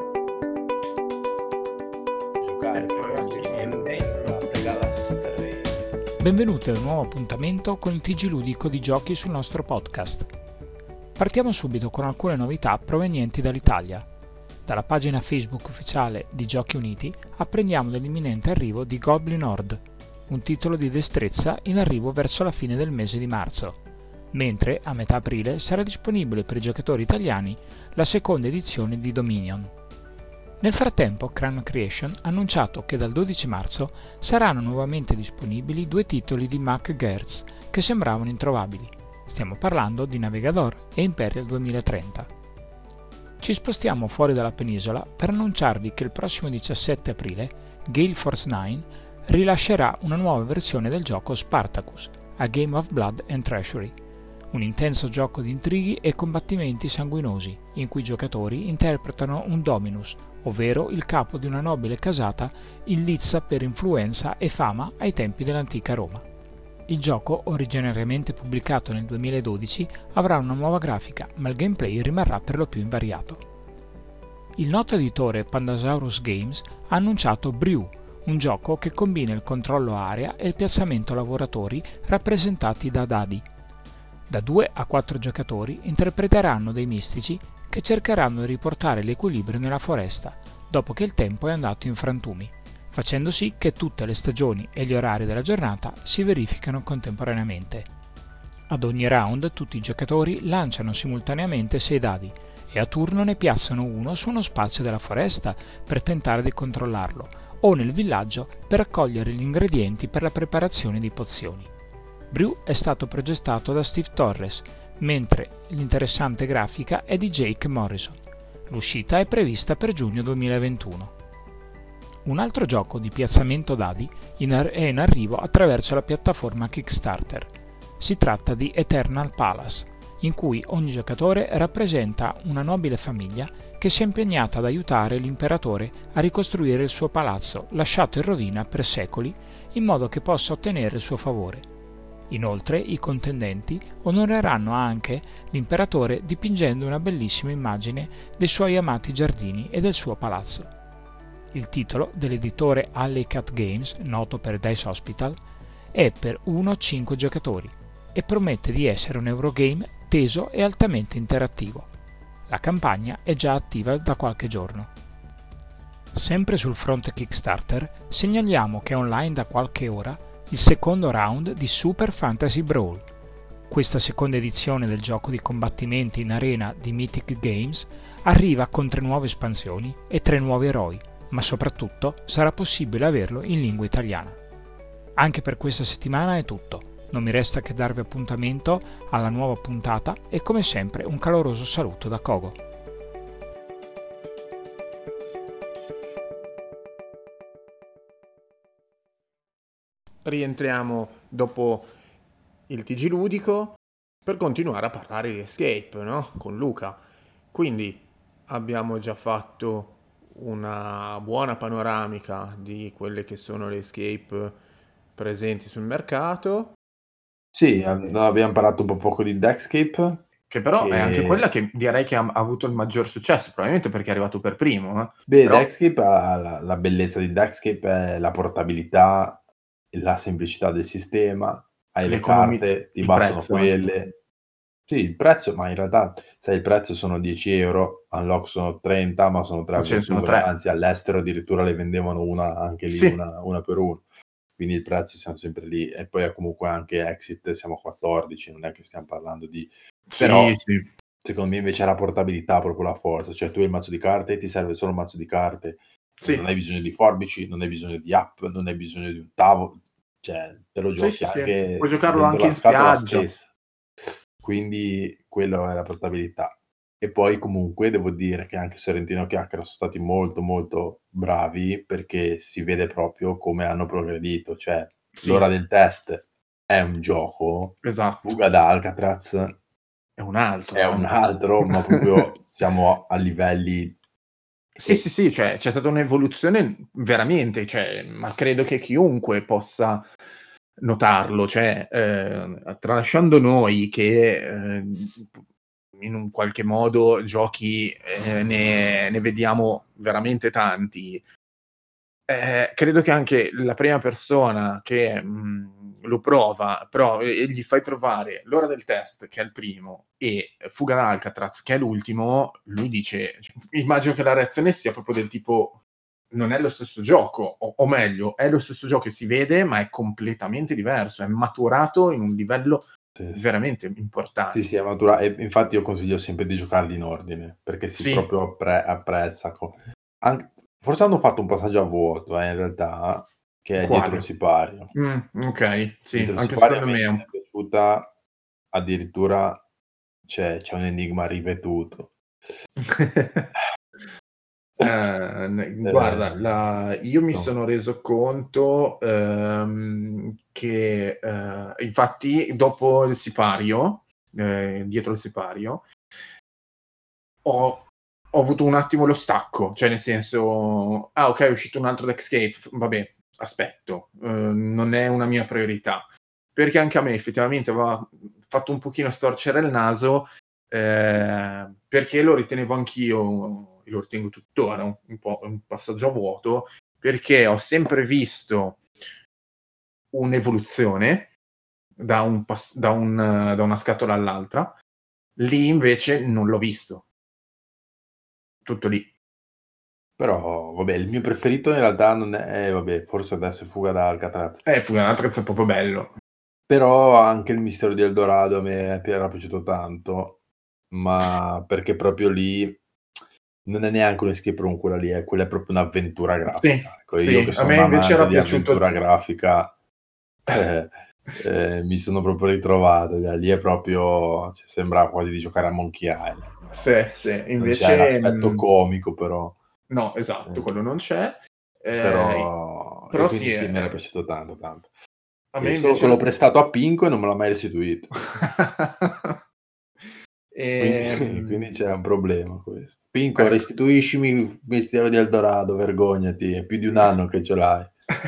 Speaker 5: Benvenuti al nuovo appuntamento con il T G Ludico di giochi sul nostro podcast. Partiamo subito con alcune novità provenienti dall'Italia. Dalla pagina Facebook ufficiale di Giochi Uniti apprendiamo dell'imminente arrivo di Goblin Horde, un titolo di destrezza in arrivo verso la fine del mese di marzo, mentre a metà aprile sarà disponibile per i giocatori italiani la seconda edizione di Dominion. Nel frattempo Crown Creation ha annunciato che dal dodici marzo saranno nuovamente disponibili due titoli di MacGertz che sembravano introvabili. Stiamo parlando di Navigador e Imperial duemilatrenta. Ci spostiamo fuori dalla penisola per annunciarvi che il prossimo diciassette aprile Gale Force nove rilascerà una nuova versione del gioco Spartacus, A Game of Blood and Treachery, un intenso gioco di intrighi e combattimenti sanguinosi, in cui i giocatori interpretano un Dominus, ovvero il capo di una nobile casata in lizza per influenza e fama ai tempi dell'antica Roma. Il gioco, originariamente pubblicato nel duemiladodici, avrà una nuova grafica, ma il gameplay rimarrà per lo più invariato. Il noto editore Pandasaurus Games ha annunciato Brew, un gioco che combina il controllo area e il piazzamento lavoratori rappresentati da dadi. Da due a quattro giocatori interpreteranno dei mistici che cercheranno di riportare l'equilibrio nella foresta, dopo che il tempo è andato in frantumi, facendo sì che tutte le stagioni e gli orari della giornata si verificano contemporaneamente. Ad ogni round tutti i giocatori lanciano simultaneamente sei dadi e a turno ne piazzano uno su uno spazio della foresta per tentare di controllarlo, o nel villaggio per raccogliere gli ingredienti per la preparazione di pozioni. Brew è stato progettato da Steve Torres, mentre l'interessante grafica è di Jake Morrison. L'uscita è prevista per giugno duemilaventuno. Un altro gioco di piazzamento dadi in ar- è in arrivo attraverso la piattaforma Kickstarter. Si tratta di Eternal Palace, in cui ogni giocatore rappresenta una nobile famiglia che si è impegnata ad aiutare l'imperatore a ricostruire il suo palazzo, lasciato in rovina per secoli, in modo che possa ottenere il suo favore. Inoltre i contendenti onoreranno anche l'imperatore dipingendo una bellissima immagine dei suoi amati giardini e del suo palazzo. Il titolo dell'editore Alley Cat Games, noto per Dice Hospital, è per uno a cinque giocatori e promette di essere un Eurogame teso e altamente interattivo. La campagna è già attiva da qualche giorno. Sempre sul fronte Kickstarter segnaliamo che è online da qualche ora il secondo round di Super Fantasy Brawl. Questa seconda edizione del gioco di combattimenti in arena di Mythic Games arriva con tre nuove espansioni e tre nuovi eroi, ma soprattutto sarà possibile averlo in lingua italiana. Anche per questa settimana è tutto, non mi resta che darvi appuntamento alla nuova puntata e come sempre un caloroso saluto da Kogo.
Speaker 4: Rientriamo dopo il T G Ludico per continuare a parlare di Escape, no? Con Luca. Quindi abbiamo già fatto una buona panoramica di quelle che sono le Escape presenti sul mercato.
Speaker 3: Sì, abbiamo parlato un po' poco di Deckscape.
Speaker 2: Che però
Speaker 3: che...
Speaker 2: è anche quella che direi che ha avuto il maggior successo, probabilmente perché è arrivato per primo. Eh.
Speaker 3: Beh,
Speaker 2: però...
Speaker 3: Deckscape ha la, la bellezza di Deckscape è la portabilità, la semplicità del sistema, hai le carte, ti bastano quelle. Anche. Sì, il prezzo, ma in realtà sai il prezzo sono dieci euro, Unlock sono trenta, ma sono tre avventure, anzi all'estero addirittura le vendevano una anche lì, sì. una, una per uno. quindi il prezzo siamo sempre lì, e poi comunque anche Exit siamo a quattordici, non è che stiamo parlando di... Però
Speaker 2: Sì, sì.
Speaker 3: secondo me invece la portabilità è proprio la forza, cioè tu hai il mazzo di carte e ti serve solo il mazzo di carte,
Speaker 2: Sì.
Speaker 3: non hai bisogno di forbici, non hai bisogno di app, non hai bisogno di un tavolo, cioè te lo
Speaker 2: Sì,
Speaker 3: giochi
Speaker 2: sì, sì.
Speaker 3: anche
Speaker 2: Puoi giocarlo
Speaker 3: dentro
Speaker 2: anche
Speaker 3: la
Speaker 2: in
Speaker 3: scatola
Speaker 2: spiaggia.
Speaker 3: stessa. Quindi quello è la portabilità. E poi comunque devo dire che anche Sorrentino e Chiacchiera sono stati molto molto bravi, perché si vede proprio come hanno progredito, cioè
Speaker 2: Sì,
Speaker 3: l'ora del test è un gioco,
Speaker 2: esatto.
Speaker 3: Fuga da Alcatraz
Speaker 2: È un altro.
Speaker 3: è
Speaker 2: eh.
Speaker 3: un altro, ma proprio siamo a livelli...
Speaker 2: Sì,
Speaker 3: e-
Speaker 2: sì, sì, cioè c'è stata un'evoluzione veramente, cioè, ma credo che chiunque possa notarlo, cioè, eh, tralasciando noi che eh, in un qualche modo giochi eh, ne, ne vediamo veramente tanti. Eh, credo che anche la prima persona che mh, lo prova, però e, e gli fai provare l'ora del test, che è il primo, e Fuga da Alcatraz, che è l'ultimo, lui dice, immagino che la reazione sia proprio del tipo, non è lo stesso gioco, o, o meglio, è lo stesso gioco e si vede, ma è completamente diverso, è maturato in un livello
Speaker 3: sì, sì.
Speaker 2: veramente
Speaker 3: Sì,
Speaker 2: importante.
Speaker 3: sì, è matura- e infatti io consiglio sempre di giocarli in ordine, perché si
Speaker 2: Sì.
Speaker 3: proprio appre- apprezza. co- An- Forse hanno fatto un passaggio a vuoto, eh, in realtà, che è dietro
Speaker 2: Quale?
Speaker 3: il sipario.
Speaker 2: Mm, ok, sì,
Speaker 3: Dietro il
Speaker 2: anche
Speaker 3: sipario a
Speaker 2: secondo
Speaker 3: me
Speaker 2: me è
Speaker 3: non
Speaker 2: un
Speaker 3: è piaciuta, addirittura c'è, c'è un enigma ripetuto.
Speaker 2: Eh, ne- guarda,
Speaker 3: Eh,
Speaker 2: la- io mi
Speaker 3: insomma,
Speaker 2: sono reso conto ehm, che eh, infatti dopo il sipario, eh, dietro il sipario, ho, ho avuto un attimo lo stacco, cioè nel senso, ah ok, è uscito un altro Deckscape, vabbè, aspetto, eh, non è una mia priorità, perché anche a me effettivamente aveva fatto un pochino storcere il naso, eh, perché lo ritenevo anch'io, e lo ritengo tuttora, un, un po' un passaggio a vuoto, perché ho sempre visto un'evoluzione da, un pass- da, un, da una scatola all'altra, lì invece non l'ho visto, tutto lì.
Speaker 3: però, vabbè, il mio preferito in realtà non è, eh, vabbè, forse adesso è Fuga da Alcatraz.
Speaker 2: Eh, Fuga da Alcatraz è proprio bello.
Speaker 3: Però anche il Mistero di Eldorado a me era piaciuto tanto, ma perché proprio lì non è neanche un escape room quella lì, è, quella è proprio un'avventura
Speaker 2: Sì,
Speaker 3: grafica. Ecco, io
Speaker 2: sì,
Speaker 3: che
Speaker 2: a
Speaker 3: sono
Speaker 2: me
Speaker 3: un
Speaker 2: invece
Speaker 3: amante
Speaker 2: era
Speaker 3: di avventura
Speaker 2: piaciuto.
Speaker 3: grafica, eh, eh, mi sono proprio ritrovato, cioè, lì è proprio, cioè, sembra quasi di giocare a Monkey Island.
Speaker 2: Sì, sì,
Speaker 3: Non c'è
Speaker 2: invece
Speaker 3: l'aspetto
Speaker 2: mh,
Speaker 3: comico però.
Speaker 2: no, esatto,
Speaker 3: Eh,
Speaker 2: quello non c'è. Eh,
Speaker 3: però, e
Speaker 2: però
Speaker 3: quindi
Speaker 2: sì,
Speaker 3: sì, mi era
Speaker 2: eh,
Speaker 3: piaciuto tanto, tanto.
Speaker 2: a me
Speaker 3: E solo che
Speaker 2: invece
Speaker 3: l'ho prestato a Pinco e non me l'ha mai restituito. Quindi, quindi
Speaker 2: Ehm,
Speaker 3: c'è un problema questo. Pinco,
Speaker 2: ecco.
Speaker 3: restituiscimi il mistero di Eldorado, vergognati, è più di un anno che ce l'hai.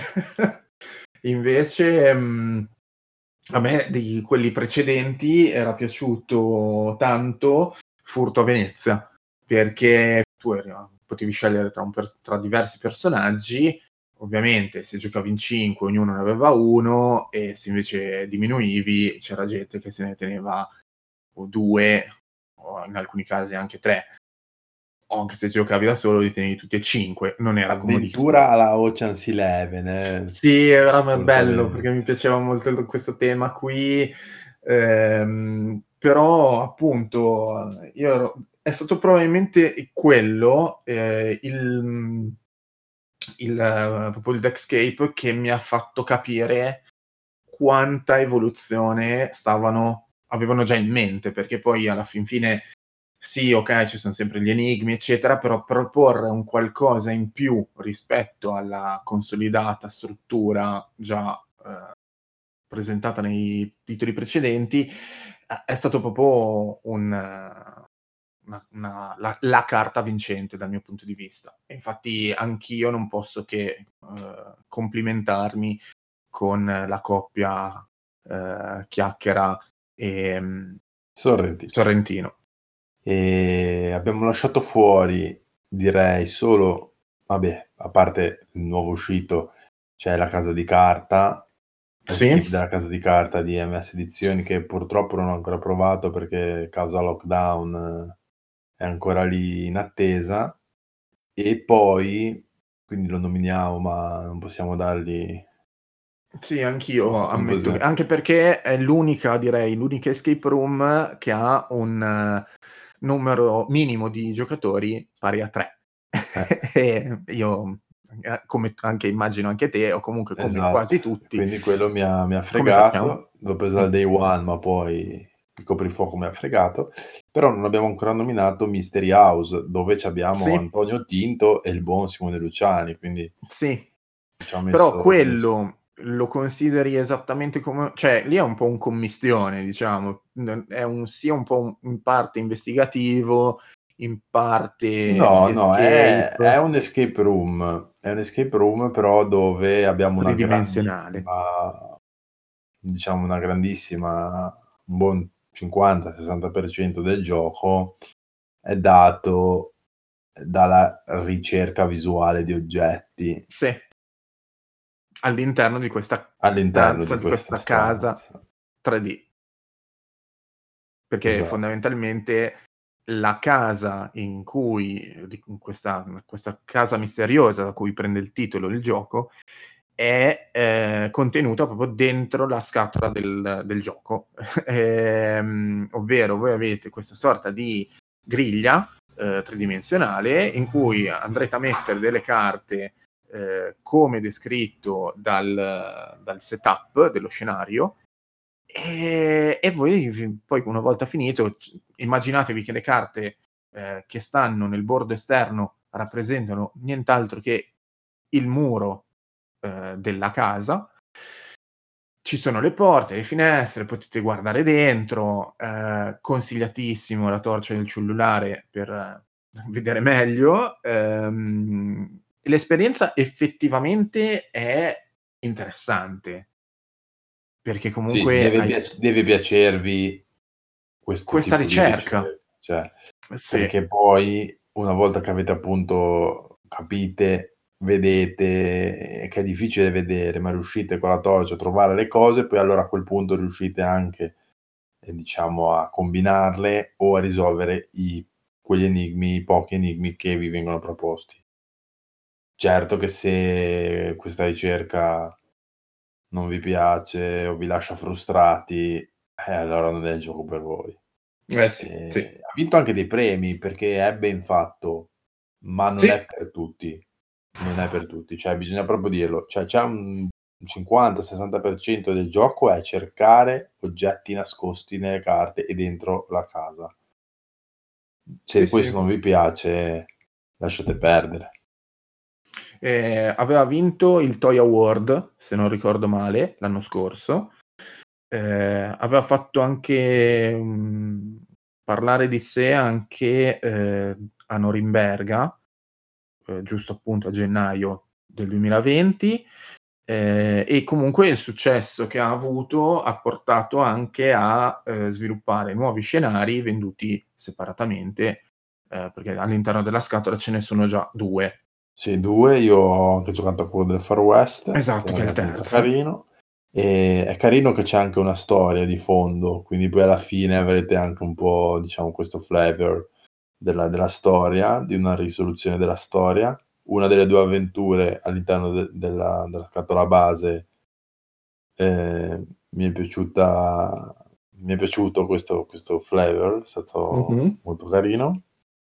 Speaker 2: Invece mh, a me di quelli precedenti era piaciuto tanto Furto a Venezia, perché tu eri- potevi scegliere tra, un per- tra diversi personaggi, ovviamente se giocavi in cinque ognuno ne aveva uno, e se invece diminuivi c'era gente che se ne teneva o due, o in alcuni casi anche tre, o anche se giocavi da solo li tenevi tutti e cinque, non era comodissimo.
Speaker 3: Avventura alla Ocean's Eleven, eh.
Speaker 2: Sì, era m
Speaker 3: Furto a
Speaker 2: bello perché mi
Speaker 3: Venezia.
Speaker 2: piaceva molto il questo tema qui, ehm, però appunto io ero è stato probabilmente quello, ehm, il mhmm, il eh, proprio il Deckscape che mi ha fatto capire quanta evoluzione stavano avevano già in mente, perché poi alla fin fine sì, okay, ci son sempre gli enigmi, eccetera, però proporre un qualcosa in più rispetto alla consolidata struttura già, ehm, presentata nei titoli precedenti, è è stato proprio un eh, una una la la carta vincente dal mio punto di vista. E infatti anch'io non posso che, uhm, complimentarmi con la coppia, ehm, Chiacchiera e, mhmm,
Speaker 3: Sorrentino.
Speaker 2: Sorrentino.
Speaker 3: E abbiamo lasciato fuori, direi, solo, vabbè, a parte il nuovo uscito, c'è La Casa di Carta,
Speaker 2: Sì?
Speaker 3: Escape dalla Casa di Carta di M S Edizioni, che purtroppo non ho ancora provato perché causa lockdown eh, è ancora lì in attesa. E poi, quindi lo nominiamo, ma non possiamo dargli
Speaker 2: Sì, anch'io
Speaker 3: Non
Speaker 2: ammetto, che-
Speaker 3: cos'è.
Speaker 2: anche perché è l'unica, direi, l'unica escape room che ha un eh, numero minimo di giocatori pari a tre.
Speaker 3: Eh,
Speaker 2: E io, eh, come anche immagino anche te, o comunque come
Speaker 3: esatto.
Speaker 2: quasi tutti,
Speaker 3: Quindi quello mi ha, mi ha
Speaker 2: come facciamo?
Speaker 3: fregato. L'ho presa
Speaker 2: Mm.
Speaker 3: al day one, ma poi il coprifuoco mi ha fregato. Però non abbiamo ancora nominato Mystery House, dove ci abbiamo
Speaker 2: Sì,
Speaker 3: Antonio Tinto e il buon Simone Luciani. Quindi
Speaker 2: sì.
Speaker 3: ci ha
Speaker 2: Però
Speaker 3: messo, ci ha messo-
Speaker 2: quello lo consideri esattamente come... Cioè, lì è un po' un commistione, diciamo. N- È un, sia un po' un- in parte investigativo, in parte
Speaker 3: No, no, è, è
Speaker 2: escape,
Speaker 3: un escape room. È un escape room, però dove abbiamo una
Speaker 2: tridimensionale.
Speaker 3: grandissima, diciamo una grandissima, un buon cinquanta sessanta per cento del gioco è dato dalla ricerca visuale di oggetti
Speaker 2: Sì, all'interno di questa
Speaker 3: all'interno
Speaker 2: stanza,
Speaker 3: di
Speaker 2: di
Speaker 3: questa
Speaker 2: questa casa
Speaker 3: stanza.
Speaker 2: tre D. Perché
Speaker 3: Esatto.
Speaker 2: fondamentalmente la casa in cui, di in questa, questa casa misteriosa da cui prende il titolo il gioco, è eh, contenuta proprio dentro la scatola del, del gioco. Ehm, ovvero voi avete questa sorta di griglia eh, tridimensionale in cui andrete a mettere delle carte eh, come descritto dal, dal setup dello scenario. E, e voi vi- poi una volta finito, c- immaginatevi che le carte eh, che stanno nel bordo esterno rappresentano nient'altro che il muro eh, della casa. Ci sono le porte, le finestre, potete guardare dentro, eh, consigliatissimo la torcia del cellulare per eh, vedere meglio. ehm, l'esperienza effettivamente è interessante, perché
Speaker 3: Sì,
Speaker 2: comunque
Speaker 3: deve,
Speaker 2: hai
Speaker 3: piac- deve piacervi questo
Speaker 2: questa
Speaker 3: tipo di
Speaker 2: ricerca.
Speaker 3: ricerca, cioè,
Speaker 2: Sì,
Speaker 3: perché poi una volta che avete appunto capite, vedete che è difficile vedere, ma riuscite con la torcia a trovare le cose, poi allora a quel punto riuscite anche, eh, diciamo, a combinarle o a risolvere i, quegli enigmi, i pochi enigmi che vi vengono proposti. Certo che se questa ricerca non vi piace o vi lascia frustrati, eh, allora non è il gioco per voi.
Speaker 2: eh sì, sì,
Speaker 3: Ehm, ha vinto anche dei premi perché è ben fatto, ma non
Speaker 2: sì,
Speaker 3: è per tutti. Non è per tutti, cioè bisogna proprio dirlo. Cioè c'è un cinquanta, sessanta per cento del gioco è cercare oggetti nascosti nelle carte e dentro la casa.
Speaker 2: sì,
Speaker 3: Se poi
Speaker 2: sì.
Speaker 3: se non vi piace, lasciate perdere.
Speaker 2: Eh, aveva vinto il Toy Award, se non ricordo male, l'anno scorso. Eh, aveva fatto anche mh, parlare di sé anche eh, a Norimberga, eh, giusto appunto a gennaio del duemilaventi. Eh, e comunque il successo che ha avuto ha portato anche a eh, sviluppare nuovi scenari venduti separatamente, eh, perché all'interno della scatola ce ne sono già due.
Speaker 3: Sì, due, io ho anche giocato a quello del Far West, che
Speaker 2: Esatto,
Speaker 3: è
Speaker 2: che è il
Speaker 3: abbastanza
Speaker 2: terzo.
Speaker 3: carino. E è carino che c'è anche una storia di fondo, quindi poi alla fine avrete anche un po', diciamo, questo flavor della, della storia, di una risoluzione della storia. Una delle due avventure all'interno de- della, della scatola base, eh, mi è piaciuta, mi è piaciuto questo, questo flavor, è stato
Speaker 2: Mhm.
Speaker 3: molto carino.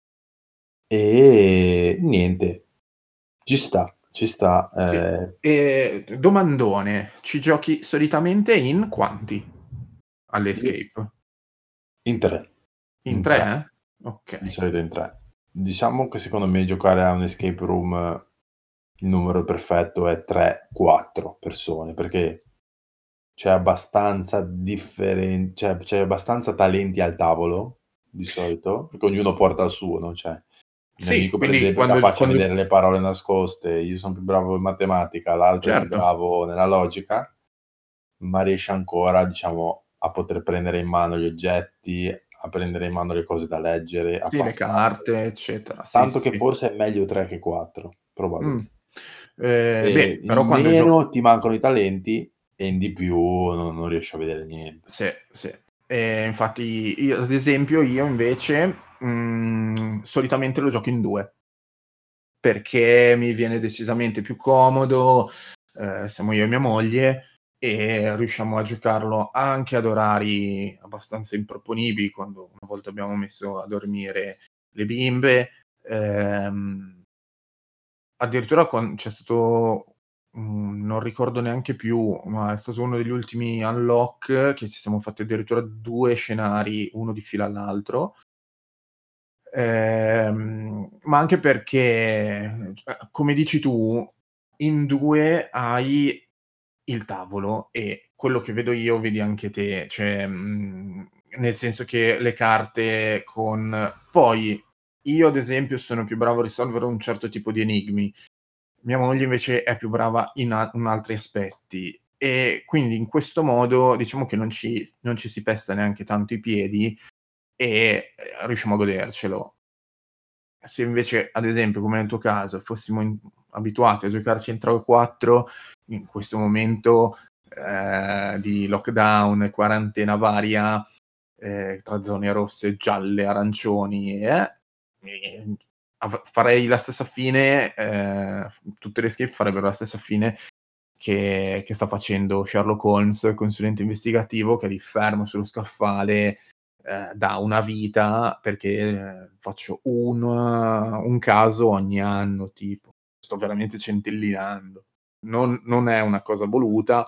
Speaker 3: E niente, ci sta, ci sta.
Speaker 2: Sì.
Speaker 3: eh,
Speaker 2: E domandone, ci giochi solitamente in quanti
Speaker 3: io
Speaker 2: all'escape?
Speaker 3: in tre,
Speaker 2: In
Speaker 3: in
Speaker 2: tre?
Speaker 3: tre,
Speaker 2: Eh? Ok.
Speaker 3: di solito in tre. Diciamo che secondo me giocare a un escape room il numero perfetto è tre quattro persone, perché c'è abbastanza differen cioè c'è abbastanza talenti al tavolo, di solito, perché ognuno porta il suo, no, cioè, il mio
Speaker 2: Sì,
Speaker 3: amico per
Speaker 2: quindi
Speaker 3: esempio è
Speaker 2: quando,
Speaker 3: capace a
Speaker 2: quando...
Speaker 3: vedere le parole nascoste, io son più bravo in matematica, l'altro è più
Speaker 2: Certo,
Speaker 3: bravo nella logica, ma riesce ancora, diciamo, a poter prendere in mano gli oggetti, a prendere in mano le cose da leggere, a
Speaker 2: sì, le
Speaker 3: passarle.
Speaker 2: carte, eccetera. Sì,
Speaker 3: Tanto
Speaker 2: sì,
Speaker 3: che
Speaker 2: sì.
Speaker 3: forse è meglio tre che quattro,
Speaker 2: Mm.
Speaker 3: probabilmente.
Speaker 2: Eh,
Speaker 3: E
Speaker 2: beh, però
Speaker 3: in
Speaker 2: quando giochi...
Speaker 3: meno ti mancano i talenti e in di più non non riesci a vedere niente.
Speaker 2: Sì, sì. E infatti, io, ad esempio, io invece mm, solitamente lo gioco in due, perché mi viene decisamente più comodo. eh, siamo io e mia moglie, e riusciamo a giocarlo anche ad orari abbastanza improponibili, quando una volta abbiamo messo a dormire le bimbe. Ehm, addirittura quando c'è stato, mh, non ricordo neanche più, ma è stato uno degli ultimi unlock che ci siamo fatti addirittura due scenari, uno di fila all'altro. Ehm, ma anche perché, eh, come dici tu, in due hai il tavolo e quello che vedo io vedi anche te, cioè, mhmm, nel senso che le carte con poi io ad esempio sono più bravo a risolvere un certo tipo di enigmi, mia moglie invece è più brava in a in altri aspetti e quindi in questo modo diciamo che non ci non ci si pesta neanche tanto i piedi e, ehm, riusciamo a godercelo. Se invece, ad esempio, come nel tuo caso, fossimo in abituati a giocarci in tre o quattro, in questo momento, ehm, di lockdown e quarantena varia, ehm, tra zone rosse, gialle, arancioni, eh, ehm, av farei la stessa fine, ehm, f tutte le escape farebbero la stessa fine che che sta facendo Sherlock Holmes, consulente investigativo, che è lì fermo sullo scaffale, ehm, da una vita perché, ehm, faccio un un caso ogni anno tipo. Sto veramente centellinando. Non non è una cosa voluta,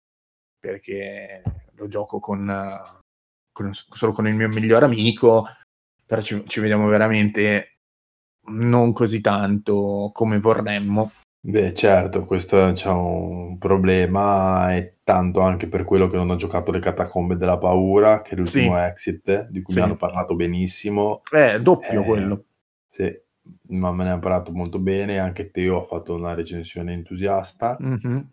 Speaker 2: perché lo gioco con con s solo con il mio migliore amico, però ci ci vediamo veramente non così tanto come vorremmo.
Speaker 3: Beh, certo, questo c'è un problema e tanto anche per quello che non ho giocato le Catacombe della paura, che è
Speaker 2: Sì,
Speaker 3: l'ultimo Exit, di cui mi
Speaker 2: sì.
Speaker 3: hanno parlato benissimo.
Speaker 2: Eh, doppio
Speaker 3: Ehm,
Speaker 2: quello.
Speaker 3: sì, ma me ne han parlato molto bene, anche Teo ha fatto una recensione entusiasta.
Speaker 2: Mh-mh.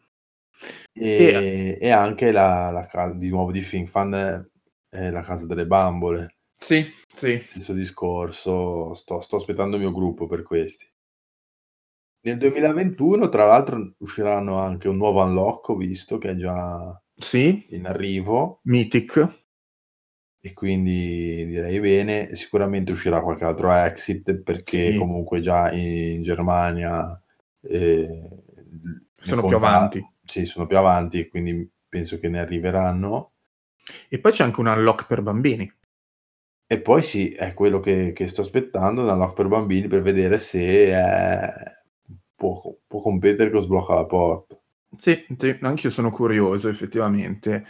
Speaker 2: E
Speaker 3: E e anche la la ca di nuovo di FinFan, ehm, La casa delle bambole.
Speaker 2: sì, sì.
Speaker 3: Stesso discorso, sto sto aspettando il mio gruppo per questi. Nel duemilaventuno tra l'altro usciranno anche un nuovo unlock, ho visto, che è già
Speaker 2: Sì,
Speaker 3: in arrivo
Speaker 2: Mythic.
Speaker 3: e quindi direi bene. Sicuramente uscirà qualche altro Exit, perché
Speaker 2: Sì,
Speaker 3: comunque già in Germania, ehm, ne
Speaker 2: sono più
Speaker 3: conta
Speaker 2: avanti.
Speaker 3: sì, sono più avanti e quindi penso che ne arriveranno.
Speaker 2: E poi c'è anche un unlock per bambini.
Speaker 3: E poi sì, è quello che che sto aspettando, un unlock per bambini per vedere se, ehm, può co può competere con Sblocca la porta.
Speaker 2: Sì, sì, anch'io sono curioso effettivamente.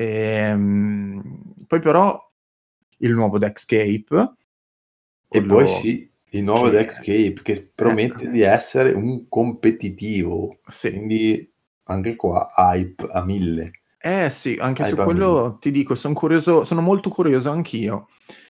Speaker 2: Ehm, poi però il nuovo Deckscape,
Speaker 3: E poi
Speaker 2: quello
Speaker 3: sì, il nuovo
Speaker 2: che
Speaker 3: Deckscape che
Speaker 2: eh,
Speaker 3: promette di essere un competitivo,
Speaker 2: sì.
Speaker 3: quindi anche qua hype a mille,
Speaker 2: Eh sì, anche su
Speaker 3: hype a mille.
Speaker 2: quello ti dico, son curioso sono molto curioso anch'io.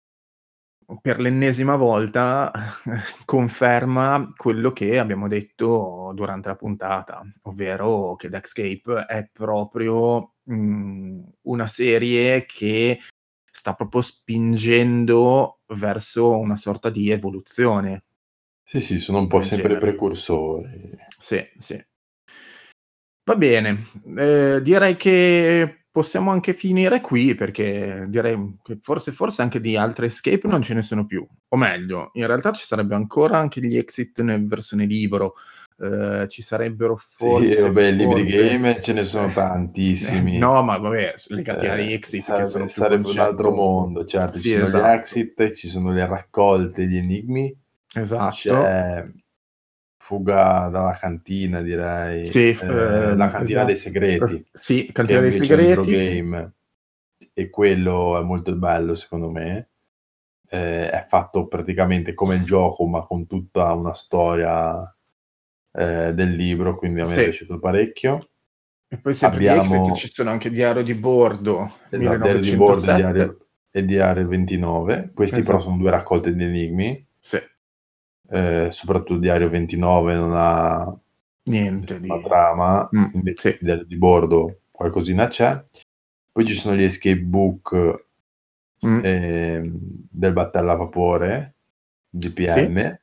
Speaker 2: Per l'ennesima volta conferma quello che abbiamo detto durante la puntata, ovvero che Deckscape è proprio, mhmm, una serie che sta proprio spingendo verso una sorta di evoluzione
Speaker 3: Sì, sì, sono un po'
Speaker 2: del
Speaker 3: sempre i
Speaker 2: genere.
Speaker 3: precursori.
Speaker 2: Sì, sì. Va bene, ehm, direi che possiamo anche finire qui, perché direi che forse forse anche di altre escape non ce ne sono più. O meglio, in realtà ci sarebbe ancora anche gli exit nel versione libro, ehm, ci sarebbero
Speaker 3: Sì, e
Speaker 2: forse
Speaker 3: vabbè, libri
Speaker 2: forse
Speaker 3: game ce ne sono
Speaker 2: eh,
Speaker 3: tantissimi.
Speaker 2: no, ma vabbè, s legati agli
Speaker 3: Ehm,
Speaker 2: exit che
Speaker 3: sarebbe
Speaker 2: sono più
Speaker 3: sarebbe un altro
Speaker 2: concetto
Speaker 3: mondo. Certo, ci
Speaker 2: sì,
Speaker 3: sono gli
Speaker 2: esatto,
Speaker 3: exit, ci sono le raccolte di enigmi,
Speaker 2: esatto.
Speaker 3: c'è Fuga dalla cantina direi,
Speaker 2: Sì, f
Speaker 3: ehm, La
Speaker 2: ehm,
Speaker 3: cantina dei
Speaker 2: esa
Speaker 3: segreti,
Speaker 2: sì,
Speaker 3: che
Speaker 2: Cantina dei
Speaker 3: invece è un libro
Speaker 2: segreti.
Speaker 3: game e quello è molto bello secondo me. Ehm, è fatto praticamente come il gioco, ma con tutta una storia, ehm, del libro, quindi a me è
Speaker 2: Sì.
Speaker 3: piaciuto parecchio.
Speaker 2: E poi sempre di exit ci
Speaker 3: Abbiamo
Speaker 2: sono anche Diario di bordo
Speaker 3: esatto, Diario di bordo e
Speaker 2: millenovecentosette.
Speaker 3: Diario e Diario ventinove. Questi però
Speaker 2: Esa
Speaker 3: sono due raccolte di enigmi,
Speaker 2: sì,
Speaker 3: ehm, soprattutto Diario ventinove non ha
Speaker 2: niente
Speaker 3: nessuna
Speaker 2: di
Speaker 3: trama,
Speaker 2: mh,
Speaker 3: invece
Speaker 2: sì,
Speaker 3: Diario di bordo qualcosina c'è. Poi ci sono gli escape book,
Speaker 2: mh,
Speaker 3: ehm, del battello a vapore,
Speaker 2: sì,
Speaker 3: D P M,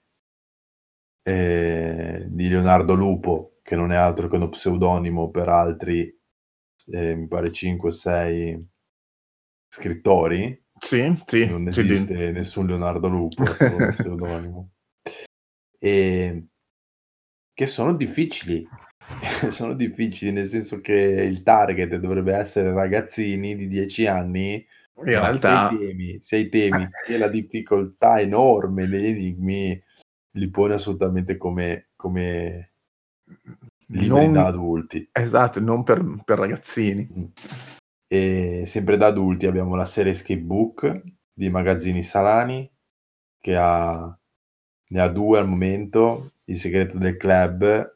Speaker 3: ehm, di Leonardo Lupo, che non è altro che uno pseudonimo per altri, ehm, mi pare cinque o sei scrittori.
Speaker 2: sì, sì,
Speaker 3: Non
Speaker 2: sì, di
Speaker 3: esiste nessun Leonardo Lupo, è solo uno pseudonimo. Ehm, che sono difficili. sono difficili, nel senso che il target dovrebbe essere ragazzini di dieci anni,
Speaker 2: In
Speaker 3: ma
Speaker 2: realtà...
Speaker 3: sei temi, sei temi e la difficoltà enorme degli enigmi li pone assolutamente come, come libri
Speaker 2: non...
Speaker 3: da adulti.
Speaker 2: Esatto, non per, per ragazzini.
Speaker 3: Mm. E sempre da adulti abbiamo la serie Escape Book di Magazzini Salani, che ha, ne ha due al momento. Il segreto del club,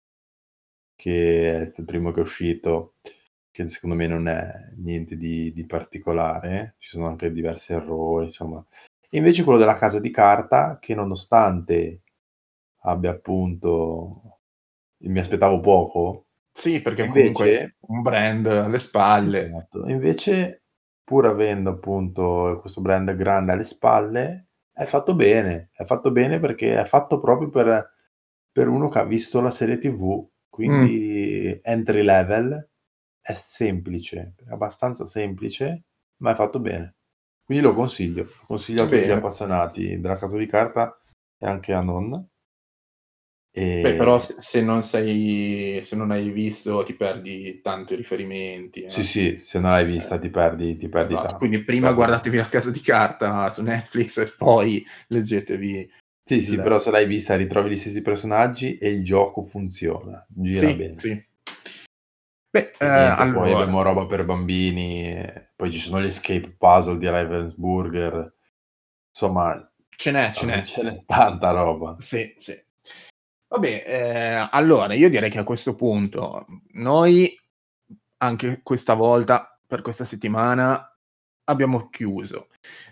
Speaker 3: che è il primo che è uscito, che secondo me non è niente di, di particolare, ci sono anche diversi errori, insomma. E invece quello della casa di carta, che nonostante abbia appunto, mi aspettavo poco,
Speaker 2: Sì, perché
Speaker 3: invece,
Speaker 2: comunque un brand alle spalle.
Speaker 3: Esatto, invece pur avendo appunto questo brand grande alle spalle, è fatto bene, è fatto bene perché è fatto proprio per, per uno che ha visto la serie tivù, quindi entry level, è semplice, è abbastanza semplice, ma è fatto bene. Quindi lo consiglio, lo consiglio a tutti gli
Speaker 2: Bene.
Speaker 3: appassionati della casa di carta e anche a non. E...
Speaker 2: Beh, però se, se non sei, se non hai visto ti perdi tanti riferimenti. Eh.
Speaker 3: Sì, sì, se non l'hai vista
Speaker 2: Eh,
Speaker 3: ti perdi, ti perdi
Speaker 2: esatto.
Speaker 3: tanto.
Speaker 2: Quindi prima
Speaker 3: Perdi
Speaker 2: guardatevi La casa di carta su Netflix e poi leggetevi.
Speaker 3: Sì,
Speaker 2: il...
Speaker 3: sì, però se l'hai vista ritrovi gli stessi personaggi e il gioco funziona, gira
Speaker 2: Sì,
Speaker 3: bene.
Speaker 2: sì. Beh,
Speaker 3: E
Speaker 2: eh,
Speaker 3: niente,
Speaker 2: allora...
Speaker 3: poi abbiamo roba per bambini, e poi ci sono gli escape puzzle di Ravensburger, insomma,
Speaker 2: Ce n'è, ce n'è.
Speaker 3: ce n'è tanta roba.
Speaker 2: Sì, sì. Vabbè, eh, allora io direi che a questo punto noi anche questa volta, per questa settimana, abbiamo chiuso.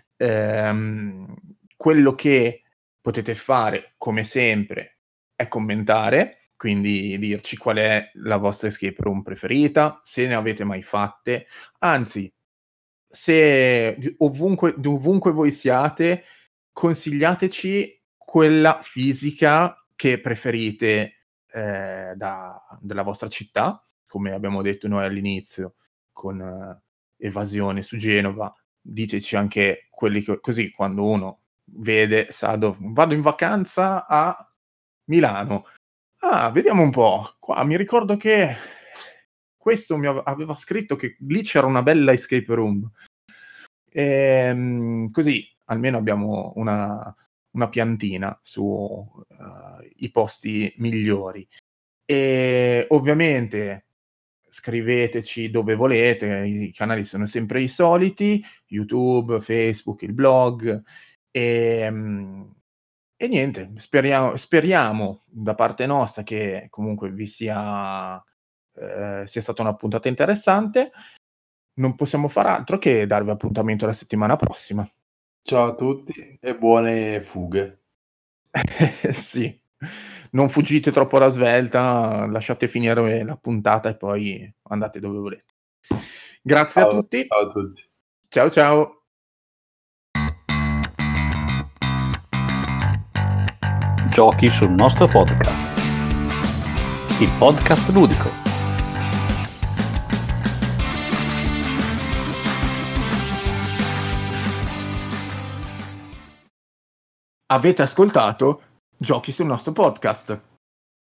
Speaker 2: Ehm, quello che potete fare, come sempre, è commentare, quindi dirci qual è la vostra escape room preferita, se ne avete mai fatte, anzi, se ovunque, dovunque voi siate, consigliateci quella fisica che preferite eh, da, della vostra città, come abbiamo detto noi all'inizio, con eh, Evasione su Genova. Diteci anche quelli che, così quando uno vede, sa dove, vado in vacanza a Milano. Ah, vediamo un po'. Qua mi ricordo che questo mi aveva scritto che lì c'era una bella escape room. E, così almeno abbiamo una, una piantina su uh, i posti migliori. E ovviamente scriveteci dove volete, i canali sono sempre i soliti, YouTube, Facebook, il blog e, e niente, speriamo, speriamo da parte nostra che comunque vi sia, eh, sia stata una puntata interessante. Non possiamo far altro che darvi appuntamento la settimana prossima.
Speaker 3: Ciao a tutti e buone fughe.
Speaker 2: Sì, non fuggite troppo alla svelta, lasciate finire la puntata e poi andate dove volete. Grazie
Speaker 3: Ciao,
Speaker 2: a tutti.
Speaker 3: ciao a tutti.
Speaker 2: Ciao ciao.
Speaker 1: Giochi sul nostro podcast. Il podcast ludico.
Speaker 2: Avete ascoltato Giochi sul nostro podcast.